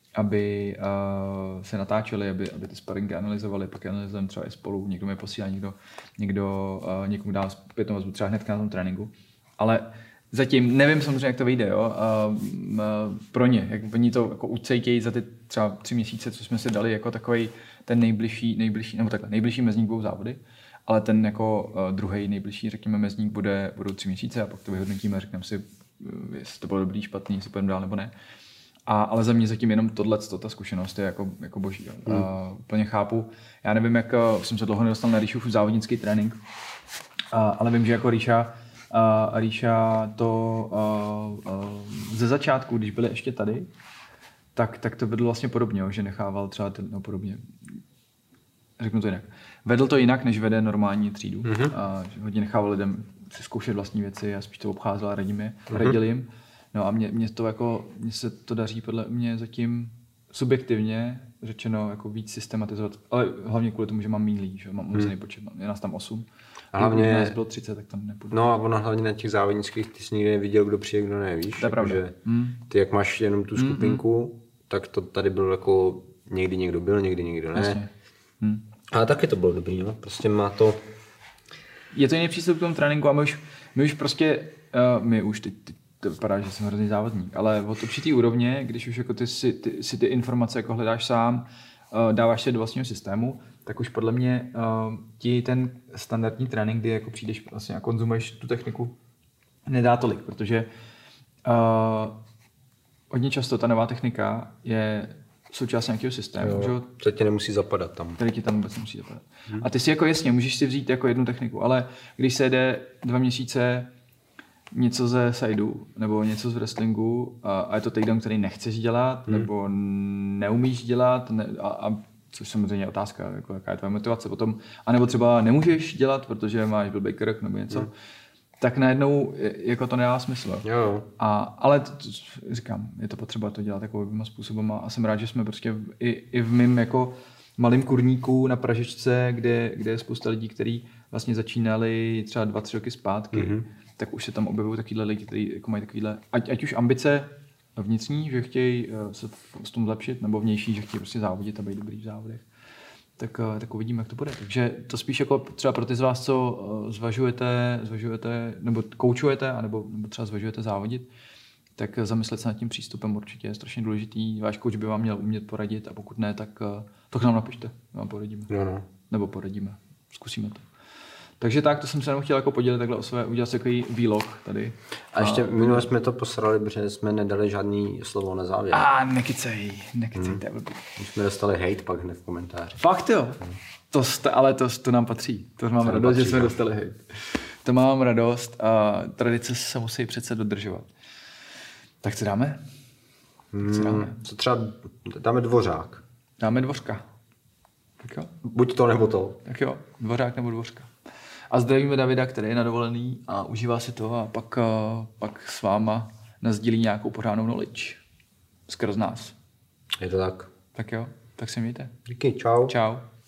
[SPEAKER 2] aby uh, se natáčeli, aby, aby ty sparingy analyzovali, pak analyzujeme třeba i spolu, někdo mi posílá, někdo, někdo uh, někomu dá zpětnou vazbu třeba hnedka na tom tréninku. Ale zatím nevím samozřejmě, jak to vyjde, jo? Uh, uh, pro ně, jak oni to jako ucejtějí za ty třeba tři měsíce, co jsme si dali jako takový ten nejbližší, nejbližší, nebo takhle, nejbližší mezník budou závody, ale ten jako uh, druhý nejbližší, řekněme, mezník bude, budou tři měsíce a pak to vyhodnotíme a řekneme si, uh, jestli to bylo dobrý, špatný, jestli půjdeme dál nebo ne. A, ale za mě zatím jenom tohleto, ta zkušenost je jako, jako boží. Mm. Uh, úplně chápu. Já nevím, jak uh, jsem se dlouho nedostal na Ríšův závodnický trénink, uh, ale vím, že jako Ríša, uh, Ríša to uh, uh, ze začátku, když byli ještě tady, tak, tak to vedl vlastně podobně, že nechával třeba ten, no podobně. Řeknu to jinak. Vedl to jinak, než vede normální třídu. Mm-hmm. Uh, hodně nechával lidem si zkoušet vlastní věci a spíš to obcházel a radil jim. Mm-hmm. Radil jim. No a mě, mě to jako, mně se to daří podle mě zatím subjektivně řečeno jako víc systematizovat, ale hlavně kvůli tomu, že mám mílí, že mám omezený hmm. počet, je nás tam osm. A hlavně nás bylo třicet, tak tam nepůjdu.
[SPEAKER 3] No a ono hlavně na těch závodnických ty jsi nikdy neviděl, kdo přijde, kdo ne, víš?
[SPEAKER 2] To je pravda.
[SPEAKER 3] Že
[SPEAKER 2] hmm.
[SPEAKER 3] ty jak máš jenom tu skupinku, hmm. tak to tady bylo jako někdy někdo byl, někdy někdo ne.
[SPEAKER 4] Hmm. Ale taky to bylo dobrý, no. Prostě má to...
[SPEAKER 2] Je to jiný přístup k tomu tréninku a my už, my už prostě, uh, my už teď, teď to vypadá, že jsem hrozný závodník, ale od určitý úrovně, když už jako ty si ty, si ty informace jako hledáš sám, uh, dáváš se do vlastního systému, tak už podle mě uh, ti ten standardní trénink, kdy jako přijdeš vlastně a konzumuješ tu techniku, nedá tolik, protože uh, hodně často ta nová technika je součást nějakého systému.
[SPEAKER 3] Jo, to ti nemusí zapadat tam.
[SPEAKER 2] Tady ti tam vůbec nemusí zapadat. Hmm. A ty si jako jasně, můžeš si vzít jako jednu techniku, ale když se jde dva měsíce něco ze sideu nebo něco z wrestlingu a, a je to takedown, který nechceš dělat hmm. nebo neumíš dělat ne, a, a což samozřejmě je otázka, jako, jaká je tvoje motivace potom, anebo třeba nemůžeš dělat, protože máš blbý krk nebo něco, hmm. tak najednou jako to nedá smysl.
[SPEAKER 3] Jo.
[SPEAKER 2] A, ale to, to, říkám, je to potřeba to dělat jako oběma způsobama a jsem rád, že jsme prostě v, i, i v mým jako malým kurníku na Pražičce, kde, kde je spousta lidí, kteří vlastně začínali třeba dva, tři roky zpátky, mm-hmm. tak už se tam objevují takovýhle lidi, kteří jako mají takovýhle, ať, ať už ambice vnitřní, že chtějí se v tom zlepšit, nebo vnější, že chtějí prostě závodit a být dobrý v závodech. Tak, tak uvidíme, jak to bude. Takže to spíš jako třeba pro ty z vás, co zvažujete, zvažujete nebo koučujete, anebo, nebo třeba zvažujete závodit, tak zamyslet se nad tím přístupem určitě je strašně důležitý. Váš kouč by vám měl umět poradit a pokud ne, tak to k nám napište, vám poradíme.
[SPEAKER 3] No, no.
[SPEAKER 2] Nebo poradíme, zkusíme to. Takže tak, to jsem se jenom chtěl jako podělit takhle o své, udělat si takový vlog tady.
[SPEAKER 3] A ještě minule jsme to posrali, protože jsme nedali žádný slovo na závěr.
[SPEAKER 2] A nekycej, nekycej, hmm. to je blbý.
[SPEAKER 3] Už jsme dostali hate pak hned v komentáři.
[SPEAKER 2] Fakt jo? Hmm. To jste, ale to, to nám patří. To mám to radost, patří, že jsme no. dostali hate. To mám radost a tradice se musí přece dodržovat. Tak co dáme?
[SPEAKER 3] Hmm, co dáme? Co třeba dáme dvořák.
[SPEAKER 2] Dáme dvořka. Tak jo.
[SPEAKER 3] Buď to, nebo to.
[SPEAKER 2] Tak jo, dvořák nebo dvořka. A zdravíme Davida, který je na dovolený a užívá si to a pak, pak s váma nasdílí nějakou pořádnou knowledge. Skrz nás.
[SPEAKER 3] Je to tak.
[SPEAKER 2] Tak jo, tak se mějte.
[SPEAKER 3] Díky, čau.
[SPEAKER 2] Čau.